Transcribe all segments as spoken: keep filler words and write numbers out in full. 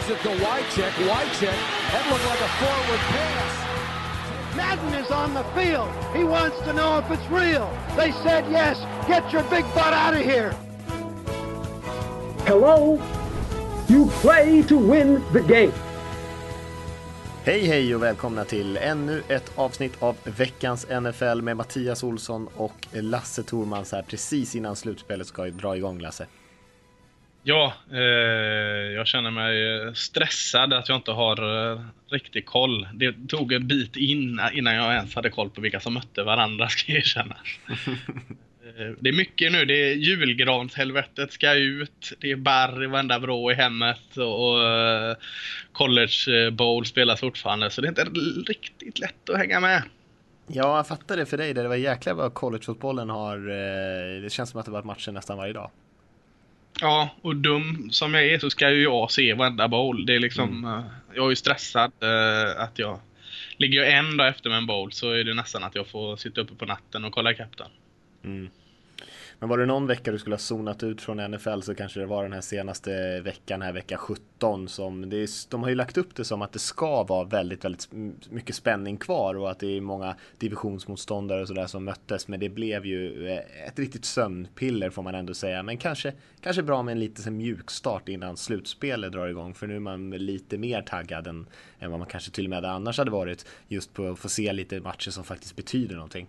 Gives it to Wycheck. Wycheck. That looked like a forward pass. Madden is on the field. He wants to know if it's real. They said yes. Get your big butt out of here. Hello? You play to win the game. Hej hej och välkomna till ännu ett avsnitt av veckans N F L med Mattias Olsson och Lasse Thormans här precis innan slutspelet ska dra igång, Lasse. Ja, eh, jag känner mig stressad att jag inte har eh, riktig koll. Det tog en bit in innan jag ens hade koll på vilka som mötte varandra, ska jag erkänna. eh, det är mycket nu, det är julgranshelvetet ska ut, det är barr i varenda vrå i hemmet och, och eh, college bowl spelas fortfarande, så det är inte riktigt lätt att hänga med. Ja, jag fattar det för dig. Det var jäkla vad collegefotbollen har, eh, det känns som att det varit matcher nästan varje dag. Ja, och dum som jag är så ska ju jag se varenda bowl. Det är liksom, mm. Jag är ju stressad uh, att jag ligger ju en dag efter med en bowl, så är det nästan att jag får sitta uppe på natten och kolla ikapp den. Mm. Men var det någon vecka du skulle ha zonat ut från N F L så kanske det var den här senaste veckan, här vecka sjutton, som det är, de har ju lagt upp det som att det ska vara väldigt, väldigt mycket spänning kvar och att det är många divisionsmotståndare och sådär som möttes, men det blev ju ett riktigt sömnpiller får man ändå säga, men kanske, kanske bra med en lite mjuk start innan slutspelet drar igång, för nu är man lite mer taggad än, än vad man kanske till och med annars hade varit, just på att få se lite matcher som faktiskt betyder någonting.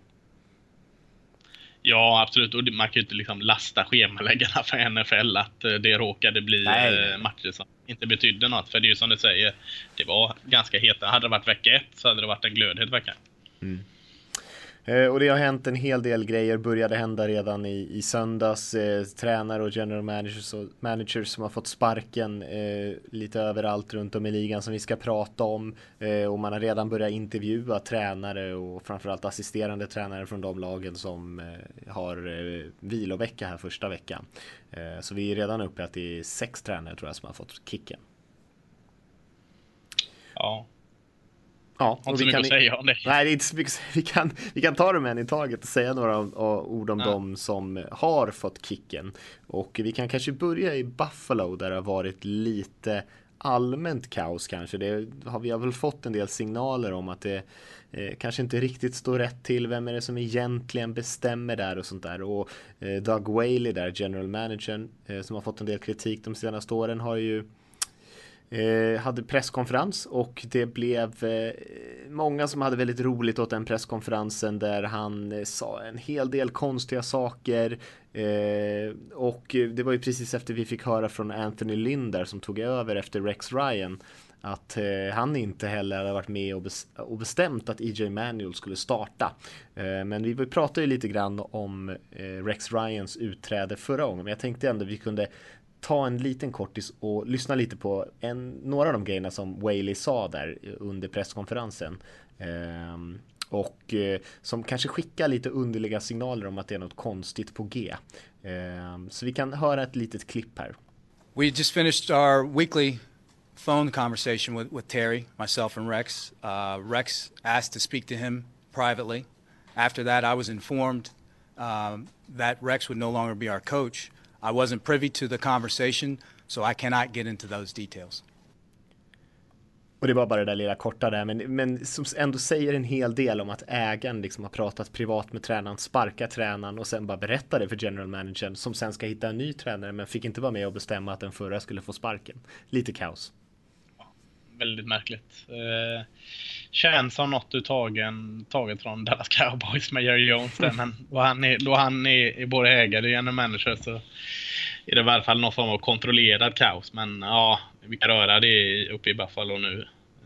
Ja, absolut. Och man kan ju inte liksom lasta schemaläggarna för N F L att det råkade bli Nej. matcher som inte betydde något. För det är ju som du säger, det var ganska heta. Hade det varit vecka ett så hade det varit en glödhet vecka. Mm. Och det har hänt en hel del grejer, började hända redan i, i söndags. Eh, tränare och general managers, och managers som har fått sparken eh, lite överallt runt om i ligan som vi ska prata om. Eh, och man har redan börjat intervjua tränare och framförallt assisterande tränare från de lagen som eh, har eh, vilovecka här första veckan. Eh, så vi är redan uppe att det är sex tränare tror jag som har fått kicken. Ja. Ja, och vi kan säga om det. Nej, det är inte så mycket. Vi kan, vi kan ta dem en i taget och säga några om, ord om ja. dem som har fått kicken. Och vi kan kanske börja i Buffalo där det har varit lite allmänt kaos kanske. Det har vi har väl fått en del signaler om att det eh, kanske inte riktigt står rätt till. Vem är det som egentligen bestämmer där och sånt där. Och eh, Doug Whaley där, general managern, eh, som har fått en del kritik de senaste åren, har ju Eh, hade presskonferens och det blev eh, många som hade väldigt roligt åt den presskonferensen där han eh, sa en hel del konstiga saker eh, och det var ju precis efter vi fick höra från Anthony Lynn där som tog över efter Rex Ryan att eh, han inte heller hade varit med och, bes- och bestämt att E J Manuel skulle starta. Eh, men vi pratade ju lite grann om eh, Rex Ryans utträde förra gången, men jag tänkte ändå vi kunde ta en liten kortis och lyssna lite på en, några av de grejerna som Whaley sa där under presskonferensen. Ehm, och eh, som kanske skickar lite underliga signaler om att det är något konstigt på G. Ehm, så vi kan höra ett litet klipp här. We just finished our weekly phone conversation with, with Terry, myself and Rex. Uh, Rex asked to speak to him privately. After that I was informed um, that Rex would no longer be our coach. I wasn't privy to the conversation, so I cannot get into those details. Och det var bara det där lilla korta där, men, men som ändå säger en hel del om att ägaren liksom har pratat privat med tränaren, sparkat tränaren och sen bara berättade det för general managern som sen ska hitta en ny tränare men fick inte vara med och bestämma att den förra skulle få sparken. Lite kaos. Ja, väldigt märkligt. Eh, känns som något du tagen, taget från Dallas Cowboys med Jerry Jones där, men då han är, då han är, är både ägare och general manager så är det i alla fall någon form av kontrollerad kaos. Men ja, vi kan röra det uppe i Buffalo nu.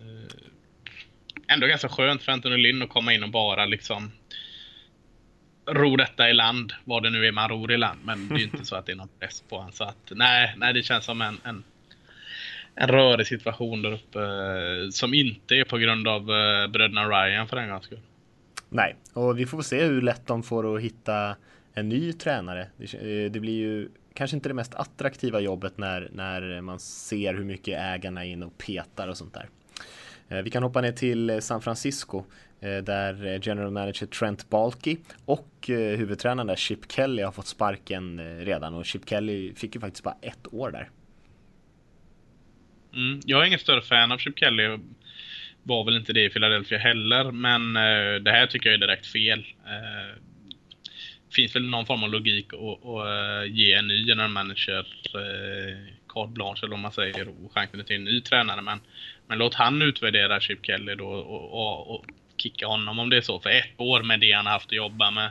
Ändå ganska skönt för Anthony Lynn att komma in och bara liksom ro detta i land, vad det nu är man ror i land. Men det är ju inte så att det är någon press på han. Så att nej, nej det känns som en, en, en rörig situation där uppe som inte är på grund av bröderna Ryan för en gångs skull. Nej, och vi får se hur lätt de får att hitta en ny tränare. Det, det blir ju kanske inte det mest attraktiva jobbet när, när man ser hur mycket ägarna är inne och petar och sånt där. Vi kan hoppa ner till San Francisco där general manager Trent Baalke och huvudtränaren där Chip Kelly har fått sparken redan, och Chip Kelly fick ju faktiskt bara ett år där. Mm. Jag är ingen större fan av Chip Kelly. Var väl inte det i Philadelphia heller. Men eh, det här tycker jag är direkt fel. Eh, finns väl någon form av logik att, att ge en ny general manager eh, carte blanche, eller om man säger, och chansen till en ny tränare. Men, men låt han utvärdera Chip Kelly då och, och, och kicka honom om det är så. För ett år med det han har haft att jobba med.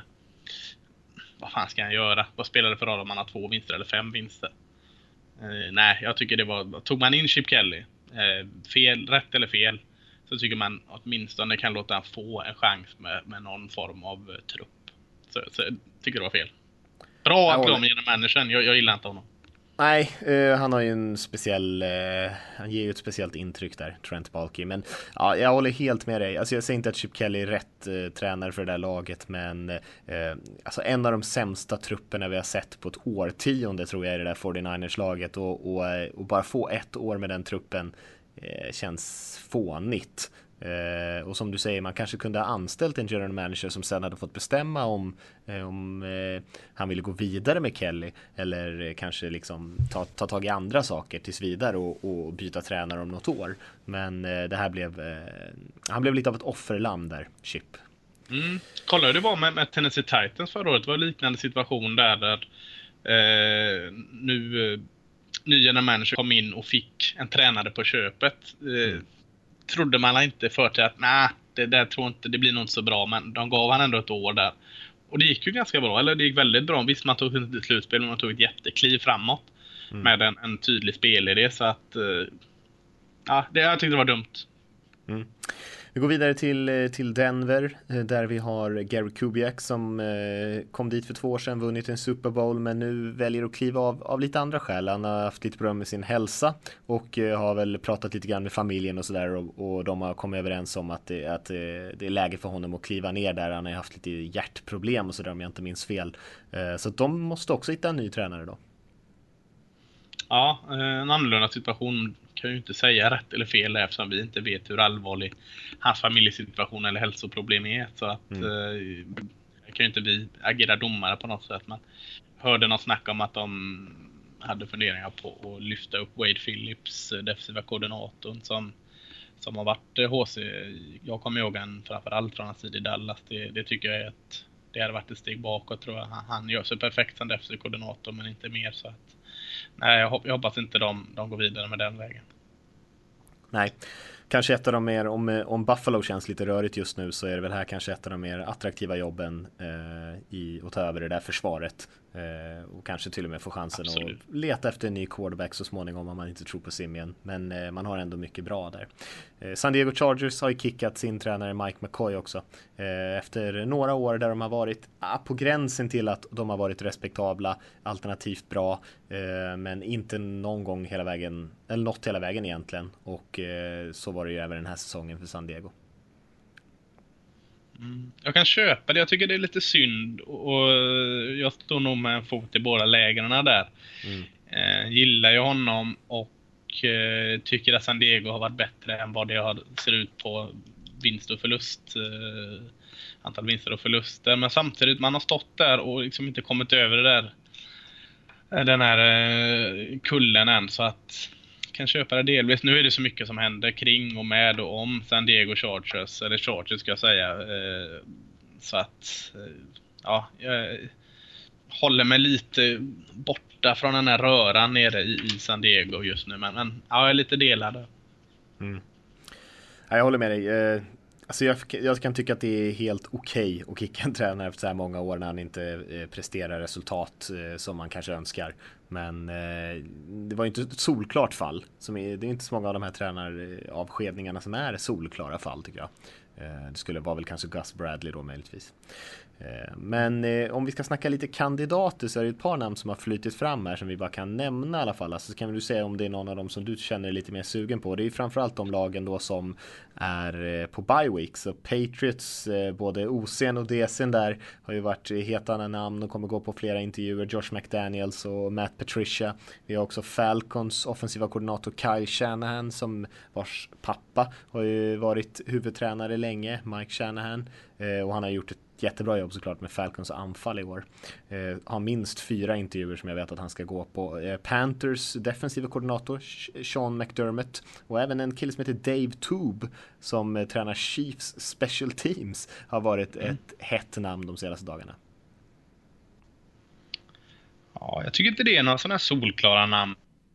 Vad fan ska han göra? Vad spelar det för roll om man har två vinster eller fem vinster? Eh, nej, jag tycker det var... Tog man in Chip Kelly, eh, fel, rätt eller fel, så tycker man åtminstone kan låta han få en chans med, med någon form av eh, trupp. Så, så jag tycker det var fel. Bra att de genom människan. Jag, jag gillar inte honom. Nej, eh, han har ju en speciell, eh, han ger ju ett speciellt intryck där, Trent Baalke. Men ja, jag håller helt med dig. Alltså jag säger inte att Chip Kelly är rätt eh, tränare för det där laget, men eh, alltså en av de sämsta trupperna vi har sett på ett årtionde tror jag är det där fyrtionio ers-laget, och, och, och bara få ett år med den truppen eh, känns fånigt. Eh, och som du säger, man kanske kunde ha anställt en general manager som sen hade fått bestämma om, eh, om eh, han ville gå vidare med Kelly, eller eh, kanske liksom ta, ta tag i andra saker tills vidare och, och byta tränare om något år. Men eh, det här blev eh, han blev lite av ett offerlamm där, Chip. Mm. Kolla hur det var med, med Tennessee Titans förra året. Det var en liknande situation där, där eh, nu eh, ny general manager kom in och fick en tränare på köpet. Eh, mm. Trodde man inte för till att nej, det där tror inte, det blir nog inte så bra, men de gav han ändå ett år där. Och det gick ju ganska bra, eller det gick väldigt bra. Visst, man tog inte ett slutspel, men man tog ett jättekliv framåt mm. med en, en tydlig spelidé, så att ja, det jag tyckte det var dumt. Mm. Vi går vidare till, till Denver, där vi har Gary Kubiak som eh, kom dit för två år sedan, vunnit en Super Bowl, men nu väljer att kliva av av lite andra skäl. Han har haft lite problem med sin hälsa och eh, har väl pratat lite grann med familjen och sådär, och, och de har kommit överens om att, det, att eh, det är läge för honom att kliva ner där. Han har haft lite hjärtproblem och sådär om jag inte minns fel. Eh, så de måste också hitta en ny tränare då. Ja, en annorlunda situation. Kan ju inte säga rätt eller fel eftersom vi inte vet hur allvarlig hans familjesituation eller hälsoproblem är. Så att mm. eh, kan ju inte vi agera domare på något sätt. Men hörde någon snacka om att de hade funderingar på att lyfta upp Wade Phillips, defensiva koordinatorn, som, som har varit H C. Jag kommer ihåg han framförallt från hans tid i Dallas. Det, det tycker jag är ett, det hade varit ett steg bakåt, tror jag. Han, han gör sig perfekt som defensiv koordinator, men inte mer, så att nej, jag hoppas inte de, de går vidare med den vägen. Nej, kanske ett av de mer, om, om Buffalo känns lite rörigt just nu, så är det väl här kanske ett av de mer attraktiva jobben eh, i att ta över det där försvaret. Eh, och kanske till och med få chansen Absolut. att leta efter en ny quarterback så småningom om man inte tror på Simeon. Men eh, man har ändå mycket bra där. Eh, San Diego Chargers har ju kickat sin tränare Mike McCoy också. Eh, efter några år där de har varit ah, på gränsen till att de har varit respektabla, alternativt bra, eh, men inte någon gång hela vägen, eller något hela vägen egentligen. Och eh, så var det ju även den här säsongen för San Diego. Mm. Jag kan köpa det, jag tycker det är lite synd, och jag står nog med en fot i båda lägren där. Mm. Eh, gillar jag honom och eh, tycker att San Diego har varit bättre än vad det har, ser ut på vinst och förlust, eh, antal vinster och förluster. Men samtidigt, man har stått där och liksom inte kommit över det där, den här eh, kullen än, så att kan köpa det delvis. Nu är det så mycket som händer kring och med och om San Diego Chargers, eller Chargers ska jag säga, så att ja, jag håller mig lite borta från den här röran nere i San Diego just nu, men, men ja, jag är lite delad. Mm. Ja, jag håller med dig. Alltså jag, jag kan tycka att det är helt okej okay att kicka en tränare efter så här många år när han inte eh, presterar resultat eh, som man kanske önskar. Men eh, det var ju inte ett solklart fall. Som är, det är inte så många av de här tränaravskedningarna som är solklara fall, tycker jag. Eh, det skulle vara väl kanske Gus Bradley då möjligtvis. Eh, men eh, om vi ska snacka lite kandidater, så är det ett par namn som har flyttit fram här som vi bara kan nämna i alla fall. Alltså, så kan du säga om det är någon av dem som du känner lite mer sugen på. Det är ju framförallt de lagen då som är eh, på bye week. Så Patriots, eh, både O C:n och D C:n där har ju varit hetande namn och kommer gå på flera intervjuer. Josh McDaniels och Matt Patricia. Vi har också Falcons offensiva koordinator Kyle Shanahan, som vars pappa har ju varit huvudtränare länge, Mike Shanahan, eh, och han har gjort ett jättebra jobb såklart med Falcons anfall i år. Eh, har minst fyra intervjuer som jag vet att han ska gå på. Eh, Panthers defensiva koordinator Sean McDermott och även en kille som heter Dave Toub som eh, tränar Chiefs Special Teams har varit mm. ett hett namn de senaste dagarna. Ja, jag tycker inte det är några sådana solklara namn.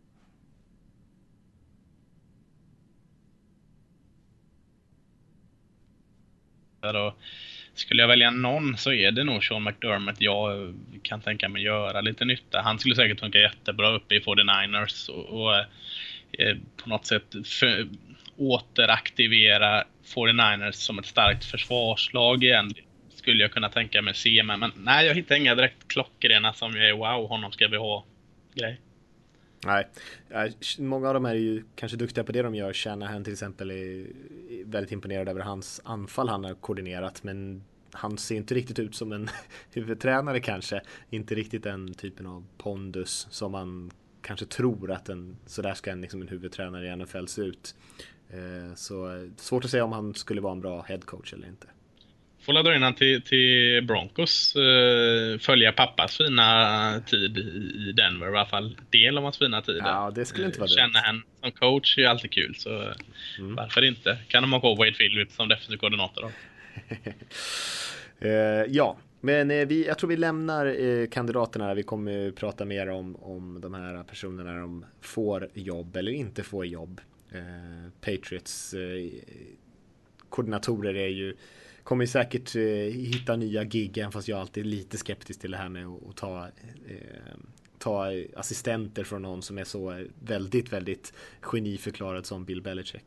Och skulle jag välja någon så är det nog Sean McDermott. Jag kan tänka mig göra lite nytta. Han skulle säkert funka jättebra uppe i fyrtionioers och, och eh, på något sätt för, återaktivera fyrtionioers som ett starkt försvarslag igen. Skulle jag kunna tänka mig se. Men, men nej, jag hittar inga direkt klockrena som jag är wow, honom ska vi ha grej. Nej, många av dem är ju kanske duktiga på det de gör. Shanahan till exempel är väldigt imponerad över hans anfall han har koordinerat, men han ser inte riktigt ut som en huvudtränare kanske. Inte riktigt den typen av pondus som man kanske tror att en, så där ska en, liksom en huvudtränare i N F L se ut. Så svårt att säga om han skulle vara en bra headcoach eller inte. Får ladda in han till, till Broncos, uh, följa pappas fina tid i Denver, i alla fall del av hans fina tid. Ja, det skulle inte vara det. Känna han som coach är ju alltid kul, så mm. varför inte? Kan de ha gå Wade Phillips som defensiv koordinator då? uh, ja, men uh, vi, jag tror vi lämnar uh, kandidaterna. Vi kommer prata mer om, om de här personerna när de får jobb eller inte får jobb. Uh, Patriots uh, koordinatorer är ju kommer ju säkert eh, hitta nya gig, även fast jag alltid är lite skeptisk till det här med att, att ta, eh, ta assistenter från någon som är så väldigt, väldigt geniförklarad som Bill Belichick.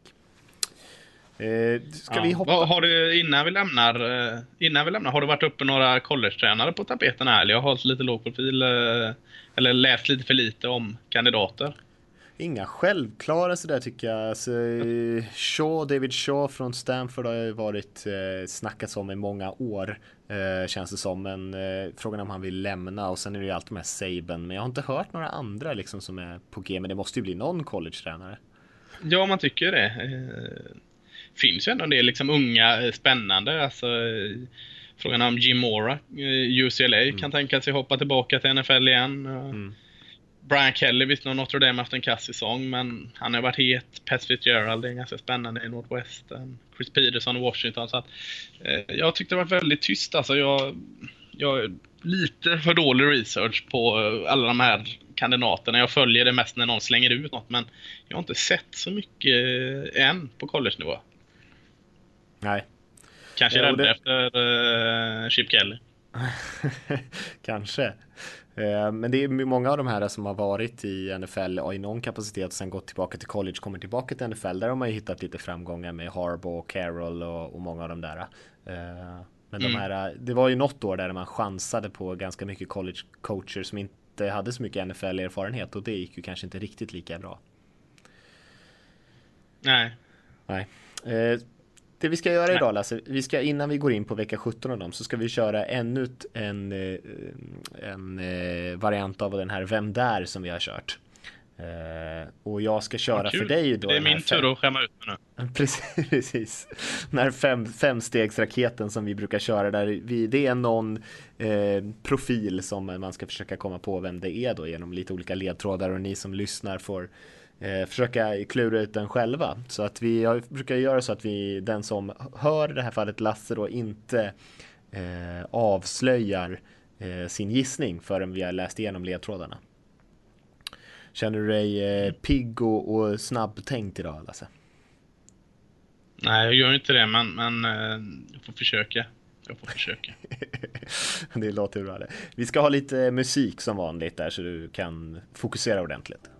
Eh, ska ja, vi hoppa? Vad, har du, innan vi lämnar, innan vi lämnar, har du varit uppe några college-tränare på tapeten här? Jag har hållit lite låg profil, eller läst lite för lite om kandidater. Inga självklara så där tycker jag. Alltså, Shaw, David Shaw från Stanford har ju varit eh, snackats om i många år, eh, känns det som. Men eh, frågan är om han vill lämna, och sen är det ju alltid med Saban. Men jag har inte hört några andra liksom som är på G, men det måste ju bli någon college-tränare. Ja, man tycker det. Eh, finns ju ändå en del liksom unga, spännande. Alltså, eh, frågan om Jim Mora, eh, U C L A, mm. kan tänka sig hoppa tillbaka till N F L igen. Mm. Brian Kelly, visst nog Notre Dame haft en kasssäsong, men han har varit het. Pat Fitzgerald är ganska spännande i Northwestern. Chris Peterson i Washington. Så att, eh, jag tyckte det var väldigt tyst. Alltså jag, jag lite för dålig research på alla de här kandidaterna. Jag följer det mest när någon slänger ut något, men jag har inte sett så mycket än på college-nivå. Nej. Kanske ja, rädd det... efter uh, Chip Kelly. Kanske. Men det är många av de här som har varit i N F L och i någon kapacitet och sen gått tillbaka till college, kommer tillbaka till N F L. Där har man ju hittat lite framgångar med Harbaugh, Carroll och, och många av de där. Men mm. de här, det var ju något år där man chansade på ganska mycket college coacher som inte hade så mycket N F L-erfarenhet, och det gick ju kanske inte riktigt lika bra. Nej. Nej. Det vi ska göra idag, Lasse, vi ska, innan vi går in på vecka sjutton av dem, så ska vi köra ännu en, en, en variant av den här Vem där som vi har kört. Och jag ska köra ja, för dig då. Det är min tur att skämma ut mig nu. Precis, precis. Den här fem, femstegsraketen som vi brukar köra, där vi, det är någon eh, profil som man ska försöka komma på vem det är då genom lite olika ledtrådar, och ni som lyssnar får Eh, försöka klura ut den själva. Så att vi jag brukar göra så att vi, den som hör det här fallet Lasse då, inte eh, avslöjar eh, sin gissning förrän vi har läst igenom ledtrådarna. Känner du dig eh, pigg och, och snabbtänkt idag, Lasse? Nej, jag gör inte det, men, men eh, jag får försöka. Jag får försöka. Det låter bra det. Vi ska ha lite musik som vanligt där, så du kan fokusera ordentligt.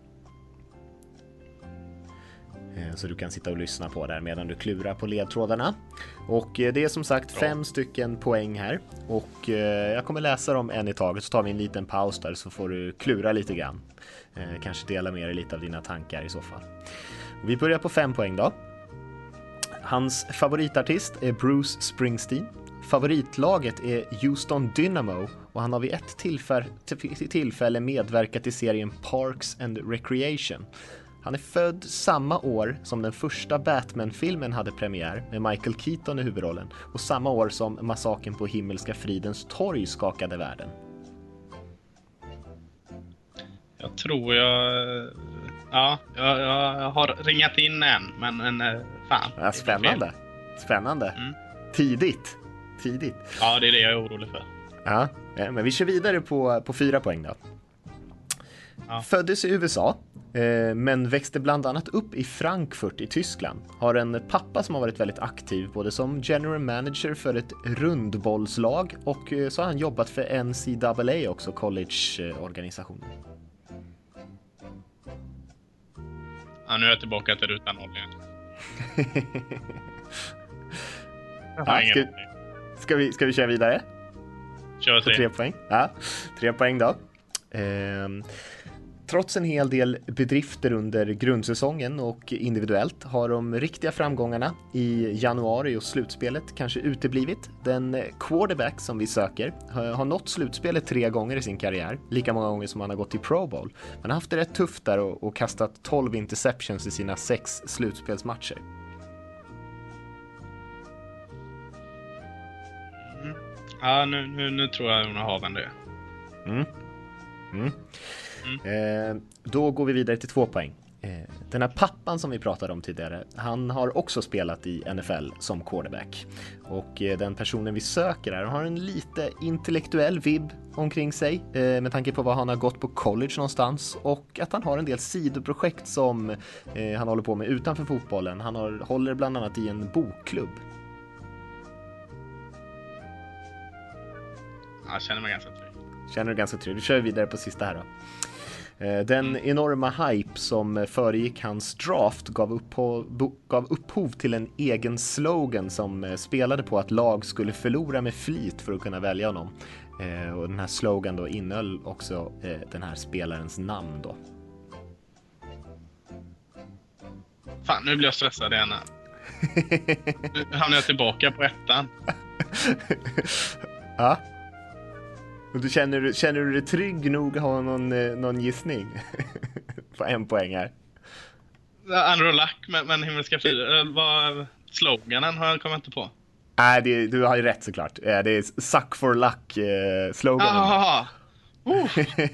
Så du kan sitta och lyssna på där medan du klurar på ledtrådarna. Och det är som sagt fem stycken poäng här. Och jag kommer läsa dem en i taget, så tar vi en liten paus där, så får du klura lite grann. Kanske dela med dig lite av dina tankar i så fall. Vi börjar på fem poäng då. Hans favoritartist är Bruce Springsteen. Favoritlaget är Houston Dynamo, och han har vid ett tillfälle, tillfälle medverkat i serien Parks and Recreation. Han är född samma år som den första Batman-filmen hade premiär med Michael Keaton i huvudrollen och samma år som massakern på Himmelska fridens torg skakade världen. Jag tror jag... Ja, jag, jag har ringat in en, men, men fan. Ja, spännande. Spännande. Mm. Tidigt. Tidigt. Ja, det är det jag är orolig för. Ja, men vi kör vidare på, på fyra poäng då. Ja. Föddes i U S A, eh, men växte bland annat upp i Frankfurt i Tyskland. Har en pappa som har varit väldigt aktiv både som general manager för ett rundbollslag och eh, så har han jobbat för N C double A också, college-organisationen. Ja, nu är jag tillbaka till rutan noll igen. Ja, ska, ska, vi, ska vi köra vidare? Kör tre. tre poäng. Ja, tre poäng då. Ehm, trots en hel del bedrifter under grundsäsongen och individuellt har de riktiga framgångarna i januari och slutspelet kanske uteblivit. Den quarterback som vi söker har nått slutspelet tre gånger i sin karriär, lika många gånger som han har gått till Pro Bowl. Han har haft det rätt tufft där och, och kastat tolv interceptions i sina sex slutspelsmatcher. Mm. Ja, nu, nu, nu tror jag hon har vänt det. Mm. Mm. Mm. Eh, då går vi vidare till två poäng. Eh, den här pappan som vi pratade om tidigare, han har också spelat i N F L som quarterback. Och eh, den personen vi söker här har en lite intellektuell vibb omkring sig eh, med tanke på vad han har gått på college någonstans och att han har en del sidoprojekt som eh, han håller på med utanför fotbollen. Han har, håller bland annat i en bokklubb. Jag känner mig ganska trygg. Känner du ganska trygg? Vi kör vidare på sista här då. Den enorma hype som föregick hans draft gav upphov, gav upphov till en egen slogan som spelade på att lag skulle förlora med flit för att kunna välja honom. Och den här slogan då innehöll också den här spelarens namn då. Fan, nu blir jag stressad igen här. Nu hamnar jag tillbaka på ettan. Ja. Och du känner, känner du dig trygg nog att ha någon, någon gissning? På en poäng här. Andrew Luck, men, men Himmelska fridens vad sloganen har jag kommit inte på. Nej, det, du har ju rätt såklart. Det är Suck for Luck eh, sloganen. Jaha. Uh.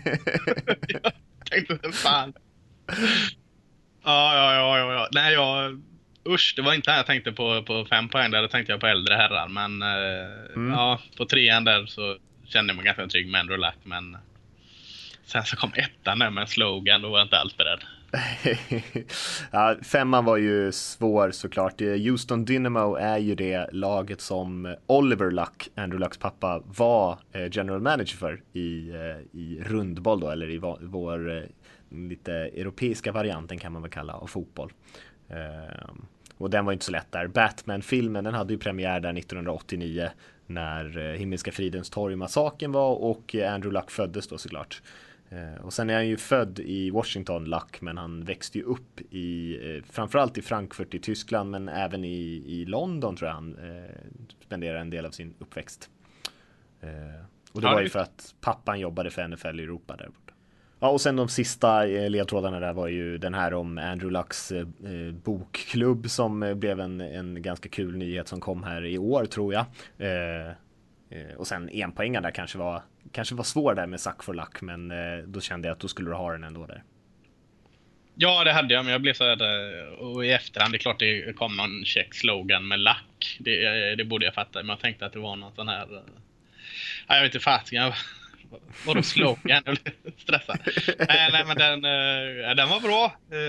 Jag tänkte, fan. Ja, ja, ja, ja, ja. Nej, jag... Usch, det var inte här jag tänkte på, på fem poäng. Där tänkte jag på äldre herrar. Men eh, mm. ja, på trean där så kände jag mig ganska trygg med Andrew Luck. Men sen så kom ettan där med en slogan och var jag inte alls beredd. Ja, femman var ju svår såklart. Houston Dynamo är ju det laget som Oliver Luck, Andrew Lucks pappa, var general manager för i, i rundboll då, eller i vår lite europeiska varianten kan man väl kalla av fotboll. Och den var inte så lätt där. Batman-filmen, den hade ju premiär där nittonhundraåttionio när Himmelska fridens torg-massakern var och Andrew Luck föddes då såklart. Och sen är han ju född i Washington, Luck, men han växte ju upp i framförallt i Frankfurt i Tyskland, men även i, i London tror jag han eh, spenderade en del av sin uppväxt. Eh, och det var ju för att pappan jobbade för N F L i Europa där borta. Ja, och sen de sista ledtrådarna där var ju den här om Andrew Lucks eh, bokklubb som blev en, en ganska kul nyhet som kom här i år tror jag. Eh, Och sen enpoängen där kanske var, kanske var svår där med Suck for Luck, men eh, då kände jag att då skulle du ha den ändå där. Ja, det hade jag, men jag blev så här, och i efterhand, det är klart det kom någon check slogan med Luck. Det, det borde jag fatta, men jag tänkte att det var någon sån här, ja, jag vet inte fasiken, vadå slogan? Jag blev stressad. Nej, nej, men den, den var bra.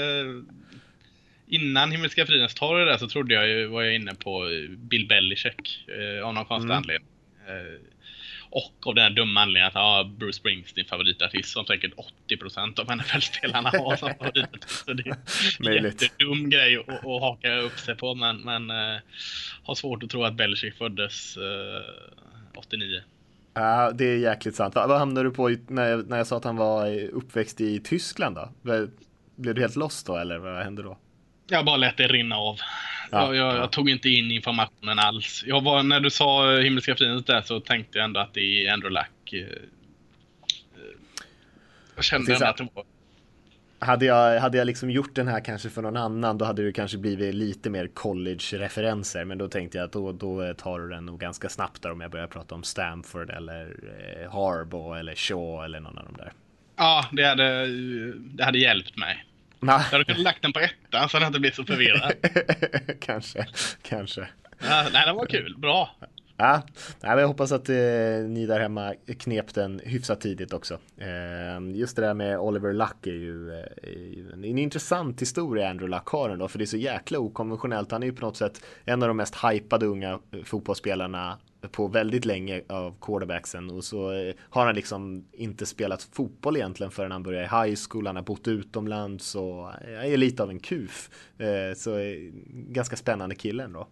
Innan Himmelska fridens torg där så trodde jag ju, var jag inne på Bill Belichick av någon konstig mm. anledning. Och av den här dumma anledningen att ja, Bruce Springsteen favoritartist som säkert åttio procent av N F L-spelarna har som favoritartist. Så det är en jättedum grej att, att haka upp sig på, men, men uh, har svårt att tro att Belichick föddes uh, åttionio. Ja, det är jäkligt sant. Vad hamnade du på när jag, när jag sa att han var uppväxt i Tyskland då? Blev du helt lost då, eller vad hände då? Jag bara lät det rinna av. Ja, jag, jag, jag tog inte in informationen alls. Jag var, när du sa Himmelska fridens där så tänkte jag ändå att det är Andrew Luck. Jag kände ändå att det var... Hade jag, hade jag liksom gjort den här kanske för någon annan, då hade det kanske blivit lite mer college-referenser. Men då tänkte jag att då, då tar du den nog ganska snabbt där om jag börjar prata om Stanford eller eh, Harbaugh eller Shaw eller någon av dem där. Ja, det hade, det hade hjälpt mig. Jag hade kunnat lagt den på ettan så hade jag inte blivit så förvirrad. kanske, kanske. Ja, nej, det var kul. Bra. Ja, jag hoppas att eh, ni där hemma knep den hyfsat tidigt också. Eh, just det där med Oliver Luck är ju, eh, är ju en, en intressant historia Andrew Luck har ändå, för det är så jäkla okonventionellt. Han är ju på något sätt en av de mest hypade unga fotbollsspelarna på väldigt länge av quarterbacksen, och så eh, har han liksom inte spelat fotboll egentligen förrän han började i high school. Han har bott utomlands och är lite av en kuf. Eh, så eh, ganska spännande kille ändå.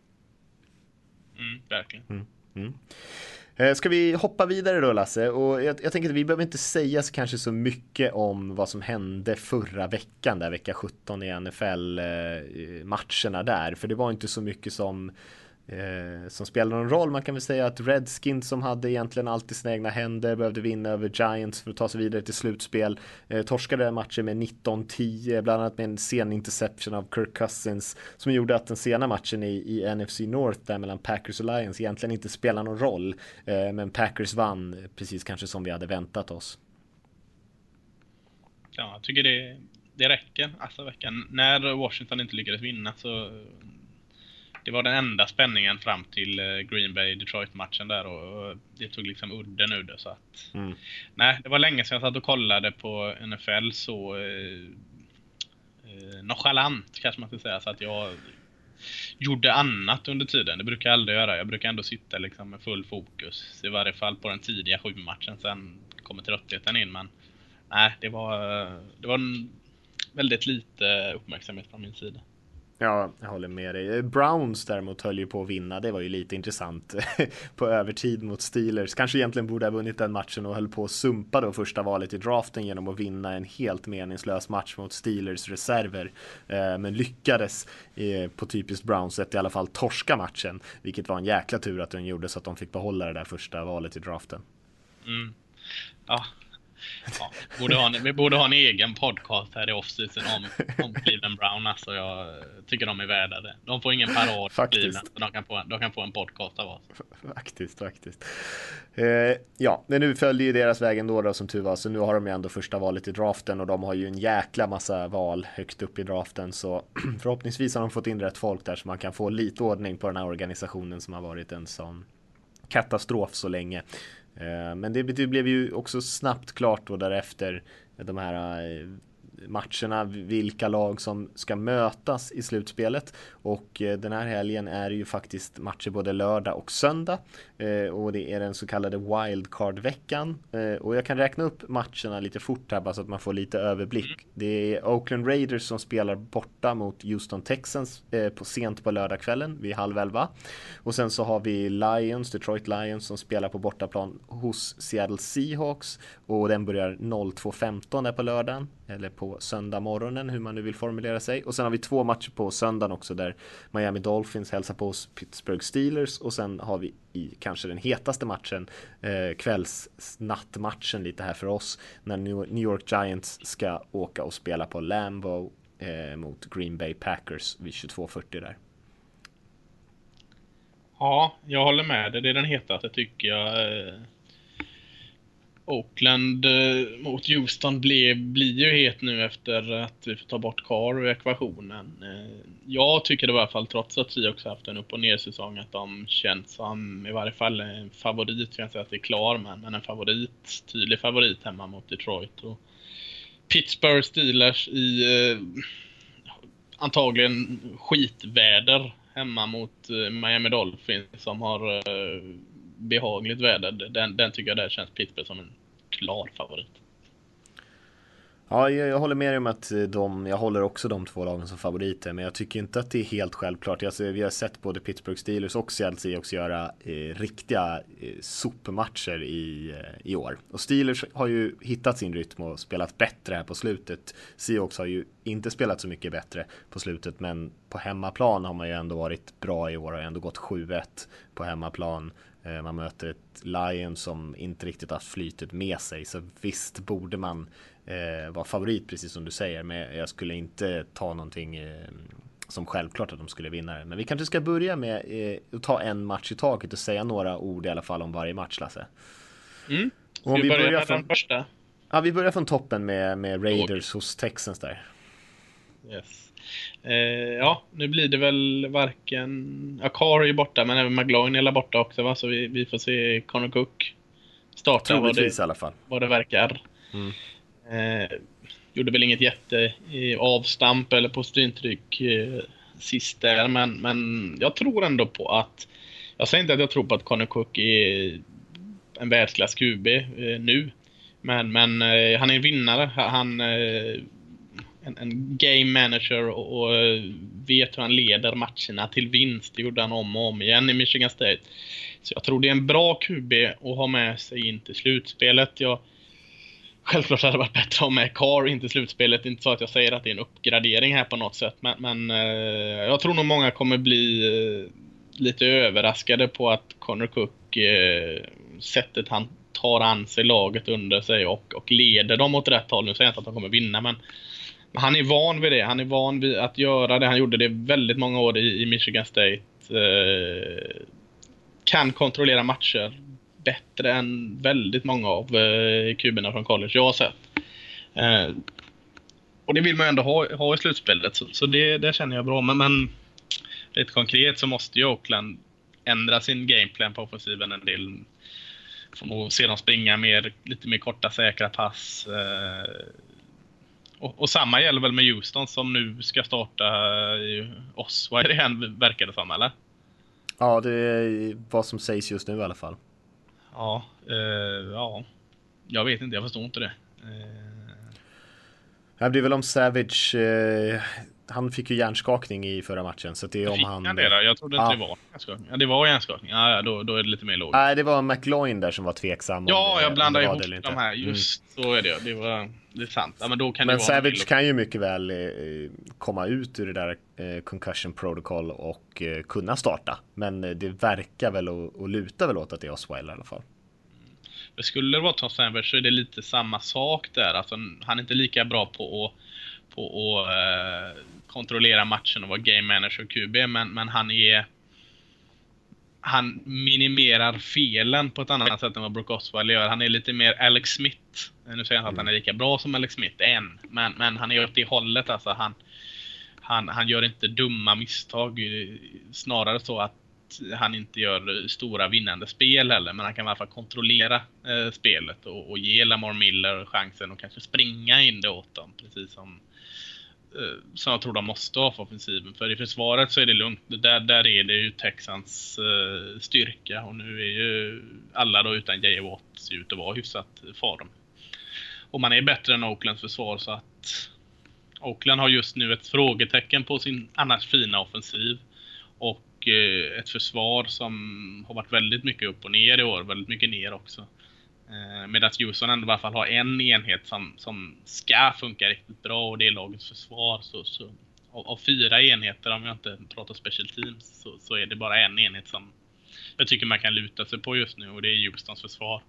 Mm, verkligen. Mm, mm. Eh, ska vi hoppa vidare då, Lasse? Och jag, jag tänker att vi behöver inte säga så kanske så mycket om vad som hände förra veckan, där vecka sjutton i N F L-matcherna där. För det var inte så mycket som Eh, som spelar någon roll. Man kan väl säga att Redskins, som hade egentligen alltid sina egna händer, behövde vinna över Giants för att ta sig vidare till slutspel. Eh, torskade matchen med nitton tio, bland annat med en sen interception av Kirk Cousins, som gjorde att den sena matchen i, i N F C North där mellan Packers och Lions egentligen inte spelar någon roll. Eh, men Packers vann precis kanske som vi hade väntat oss. Ja, jag tycker det, det räcker. Alltså veckan, när Washington inte lyckades vinna, så det var den enda spänningen fram till Green Bay-Detroit-matchen där, och det tog liksom udden ur det. Så att, mm. Nej, det var länge sedan jag satt och kollade på N F L så eh, eh, nonchalant kanske man ska säga, så att jag gjorde annat under tiden. Det brukar jag aldrig göra. Jag brukar ändå sitta liksom med full fokus, i varje fall på den tidiga sju-matchen. Sen kommer tröttheten in, men nej, det var, det var en väldigt lite uppmärksamhet från min sida. Ja, jag håller med dig. Browns däremot höll ju på att vinna. Det var ju lite intressant på övertid mot Steelers. Kanske egentligen borde ha vunnit den matchen och höll på att sumpa då första valet i draften genom att vinna en helt meningslös match mot Steelers reserver. Men lyckades på typiskt Browns sätt i alla fall torska matchen, vilket var en jäkla tur att de gjorde, så att de fick behålla det där första valet i draften. Mm. Ja. Ja, borde ha en, vi borde ha en egen podcast här i off-season om, om Cleveland Brown. Alltså jag tycker de är värda det. De får ingen parad på Cleveland, så de kan, få, de kan få en podcast av oss. Faktiskt, faktiskt. Eh, ja, men nu följer ju deras vägen då, då som tur var. Så nu har de ju ändå första valet i draften, och de har ju en jäkla massa val högt upp i draften. Så förhoppningsvis har de fått in rätt folk där, så man kan få lite ordning på den här organisationen som har varit en sån katastrof så länge. Men det, det blev ju också snabbt klart då därefter, de här matcherna, vilka lag som ska mötas i slutspelet. Och den här helgen är det ju faktiskt matcher både lördag och söndag, och det är den så kallade wildcard-veckan. Och jag kan räkna upp matcherna lite fort här bara så att man får lite överblick. Det är Oakland Raiders som spelar borta mot Houston Texans på sent på lördagskvällen vid halv elva. Och sen så har vi Lions, Detroit Lions, som spelar på bortaplan hos Seattle Seahawks, och den börjar noll två femton där på lördagen, eller på söndag morgonen, hur man nu vill formulera sig. Och sen har vi två matcher på söndagen också, där Miami Dolphins hälsar på oss Pittsburgh Steelers, och sen har vi i kanske den hetaste matchen, eh, kvällsnattmatchen lite här för oss, när New York Giants ska åka och spela på Lambeau eh, mot Green Bay Packers vid tjugotvå fyrtio där. Ja, jag håller med dig. Det är den hetaste tycker jag. Oakland eh, mot Houston blir, blir ju het nu efter att vi får ta bort Carr ur ekvationen. Eh, jag tycker det i alla fall, trots att vi också haft en upp- och ner-säsong, att de känns som i varje fall en favorit. Jag kan säga att det är klar, men, men en favorit, tydlig favorit hemma mot Detroit. Och Pittsburgh Steelers i eh, antagligen skitväder hemma mot eh, Miami Dolphins som har eh, behagligt väder. Den, den tycker jag där känns Pittsburgh som en klar favorit. Ja, jag, jag håller med om att de, jag håller också de två lagen som favoriter, men jag tycker inte att det är helt självklart. Alltså, vi har sett både Pittsburgh Steelers och Seattle Seahawks göra eh, riktiga eh, sopmatcher i, eh, i år. Och Steelers har ju hittat sin rytm och spelat bättre här på slutet. Seahawks har ju inte spelat så mycket bättre på slutet, men på hemmaplan har man ju ändå varit bra i år och ändå gått sju ett på hemmaplan. Man möter ett Lions som inte riktigt haft flytet med sig, så visst borde man eh, vara favorit, precis som du säger, men jag skulle inte ta någonting eh, som självklart att de skulle vinna det. Men vi kanske ska börja med eh, att ta en match i taget och säga några ord i alla fall om varje match, Lasse. Mm. Ska vi, vi börjar börjar med från, den första? Ja, vi börjar från toppen med, med Raiders hos Texans där. Yes. Eh, ja, nu blir det väl varken... Ja, Carr är ju borta, men även McLaughlin är borta också, va? Så vi, vi får se Connor Cook starta vad det, i alla fall. vad det verkar. Mm. Eh, gjorde väl inget jätte eh, avstamp eller positivintryck eh, sist där, men, men jag tror ändå på att... Jag säger inte att jag tror på att Connor Cook är en världsklass Q B eh, nu, men, men eh, han är en vinnare. Han... Eh, En, en game manager och, och vet hur han leder matcherna till vinst. Det gjorde han om och om igen i Michigan State. Så jag tror det är en bra Q B att ha med sig in till slutspelet. Jag, självklart hade det varit bättre att ha med Carr in till slutspelet. Inte så att jag säger att det är en uppgradering här på något sätt. Men, men eh, jag tror nog många kommer bli eh, lite överraskade på att Connor Cook eh, sättet han tar an sig laget under sig och, och leder dem åt rätt håll. Nu säger jag inte att de kommer vinna, men han är van vid det. Han är van vid att göra det. Han gjorde det väldigt många år i, i Michigan State. Eh, kan kontrollera matcher bättre än väldigt många av eh, kuberna från college jag har sett. Eh, och det vill man ändå ha, ha i slutspelet. Så, så det, det känner jag bra. Men, men lite konkret så måste ju Oakland ändra sin gameplan på offensiven en del. Får nog se dem springa mer, lite mer korta säkra pass. Eh, Och, och samma gäller väl med Houston som nu ska starta i Osweiler igen, verkar det som, eller? Ja, det är vad som sägs just nu i alla fall. Ja, eh, ja. Jag vet inte, jag förstår inte det. Eh. Det blir väl om Savage... Eh, han fick ju hjärnskakning i förra matchen, så det är om fick han... han det då? Jag trodde inte ja. det var hjärnskakning. Ja, det var hjärnskakning. Ja, ja då, då är det lite mer logiskt. Nej, det var McLaughlin där som var tveksam. Ja, det, jag blandar ihop de de här. Just mm. så är det. Det var det är sant. Ja, men då kan men det Savage vara kan ju mycket väl eh, komma ut ur det där eh, concussion protocol och eh, kunna starta. Men eh, det verkar väl och, och luta väl åt att det är Osweiler i alla fall. Det skulle det vara Tom Savage så är det lite samma sak där. Alltså, han är inte lika bra på att på att eh, kontrollera matchen och vara game manager och Q B, men, men han är han minimerar felen på ett annat sätt än vad Brock Osweiler gör. Han är lite mer Alex Smith. Nu säger jag inte att han är lika bra som Alex Smith än, men, men han är åt det hållet. Alltså han, han, han gör inte dumma misstag, snarare så att han inte gör stora vinnande spel heller, men han kan i alla fall kontrollera eh, spelet och, och ge Lamar Miller chansen och kanske springa in det åt dem, precis som som jag tror de måste ha för offensiven. För i försvaret så är det lugnt. Där, där är det ju Texans uh, styrka. Och nu är ju alla då utan J J Watt ser ut att vara hyfsat farm. Och man är bättre än Oaklands försvar, så att Oakland har just nu ett frågetecken på sin annars fina offensiv. Och uh, ett försvar som har varit väldigt mycket upp och ner i år. Väldigt mycket ner också. Medan Houston ändå i alla fall har en enhet som, som ska funka riktigt bra, och det är lagets försvar. Så, så, av, av fyra enheter, om jag inte pratar special teams, så, så är det bara en enhet som jag tycker man kan luta sig på just nu, och det är Houstons försvar.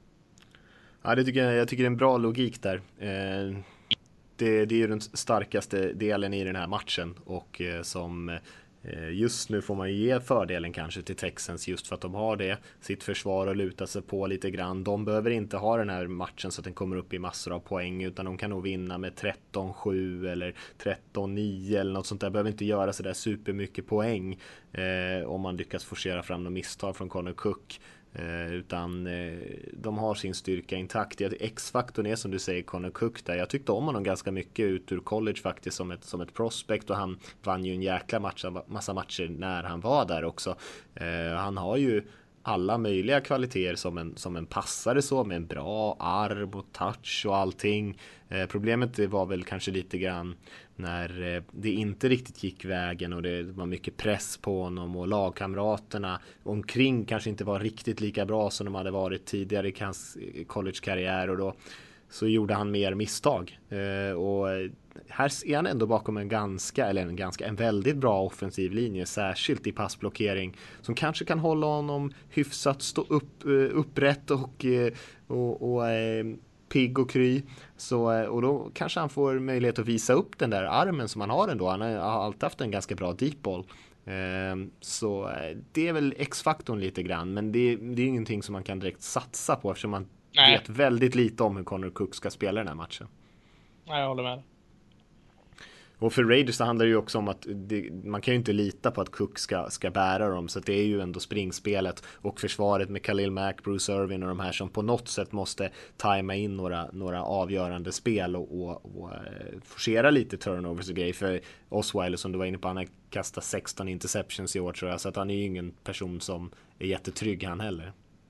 Ja, det tycker jag, jag tycker det är en bra logik där. Eh, det, det är ju den starkaste delen i den här matchen, och eh, som... Just nu får man ju ge fördelen kanske till Texans just för att de har det, sitt försvar att luta sig på lite grann. De behöver inte ha den här matchen så att den kommer upp i massor av poäng, utan de kan nog vinna med tretton sju eller tretton nio eller något sånt där. Behöver inte göra så där supermycket poäng eh, om man lyckas forcera fram något misstag från Connor Cook. Eh, utan eh, de har sin styrka intakt. X-faktorn är som du säger Connor Cook där. Jag tyckte om honom ganska mycket ut ur college faktiskt som ett, som ett prospect, och han vann ju en jäkla match, massa matcher när han var där också. Eh, han har ju alla möjliga kvaliteter som en, som en passare, så med en bra arm och touch och allting. Eh, problemet det var väl kanske lite grann när eh, det inte riktigt gick vägen och det var mycket press på honom, och lagkamraterna omkring kanske inte var riktigt lika bra som de hade varit tidigare i hans college-karriär, och då så gjorde han mer misstag. Eh, och här är han ändå bakom en ganska, eller en ganska, en väldigt bra offensiv linje, särskilt i passblockering, som kanske kan hålla honom hyfsat stå upp, upprätt och, och, och pigg och kry. Så, och då kanske han får möjlighet att visa upp den där armen som han har ändå. Han har alltid haft en ganska bra deep ball. Så det är väl X-faktorn lite grann, men det, det är ingenting som man kan direkt satsa på eftersom man Nej. vet väldigt lite om hur Connor Cook ska spela den här matchen. Nej, jag håller med. Och för Raiders så handlar det ju också om att det, man kan ju inte lita på att Cook ska, ska bära dem, så att det är ju ändå springspelet och försvaret med Khalil Mack, Bruce Irvin och de här som på något sätt måste tajma in några, några avgörande spel och, och, och forcera lite turnovers och grejer. För Osweiler, som du var inne på, han har kastat sexton interceptions i år tror jag, så att han är ju ingen person som är jättetrygg han heller.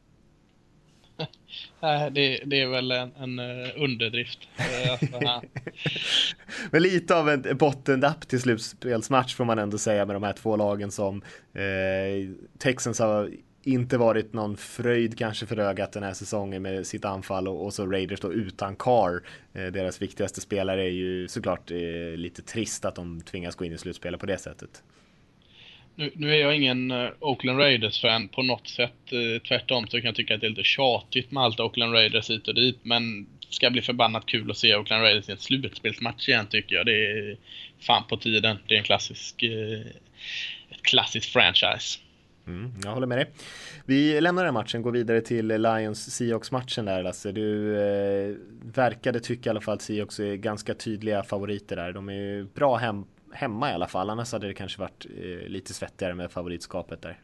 Nej, det, det är väl en, en underdrift. Alltså, men lite av en bottened-up till slutspelsmatch får man ändå säga med de här två lagen som eh, Texans har inte varit någon fröjd kanske för ögat den här säsongen med sitt anfall, och, och så Raiders då utan Carr, eh, deras viktigaste spelare, är ju såklart eh, lite trist att de tvingas gå in i slutspelet på det sättet. Nu, nu är jag ingen uh, Oakland Raiders-fan på något sätt. Uh, tvärtom så kan jag tycka att det är lite tjatigt med allt Oakland Raiders hit och dit. Men det ska bli förbannat kul att se Oakland Raiders i en slutspelsmatch igen, tycker jag. Det är fan på tiden. Det är en klassisk, uh, ett klassiskt franchise. Mm, jag håller med dig. Vi lämnar den matchen, går vidare till Lions-Seahawks-matchen där, Lasse. Du eh, verkade tycka i alla fall att Seahawks är ganska tydliga favoriter där. De är ju bra hem hemma i alla fall, annars hade det kanske varit eh, lite svettigare med favoritskapet där.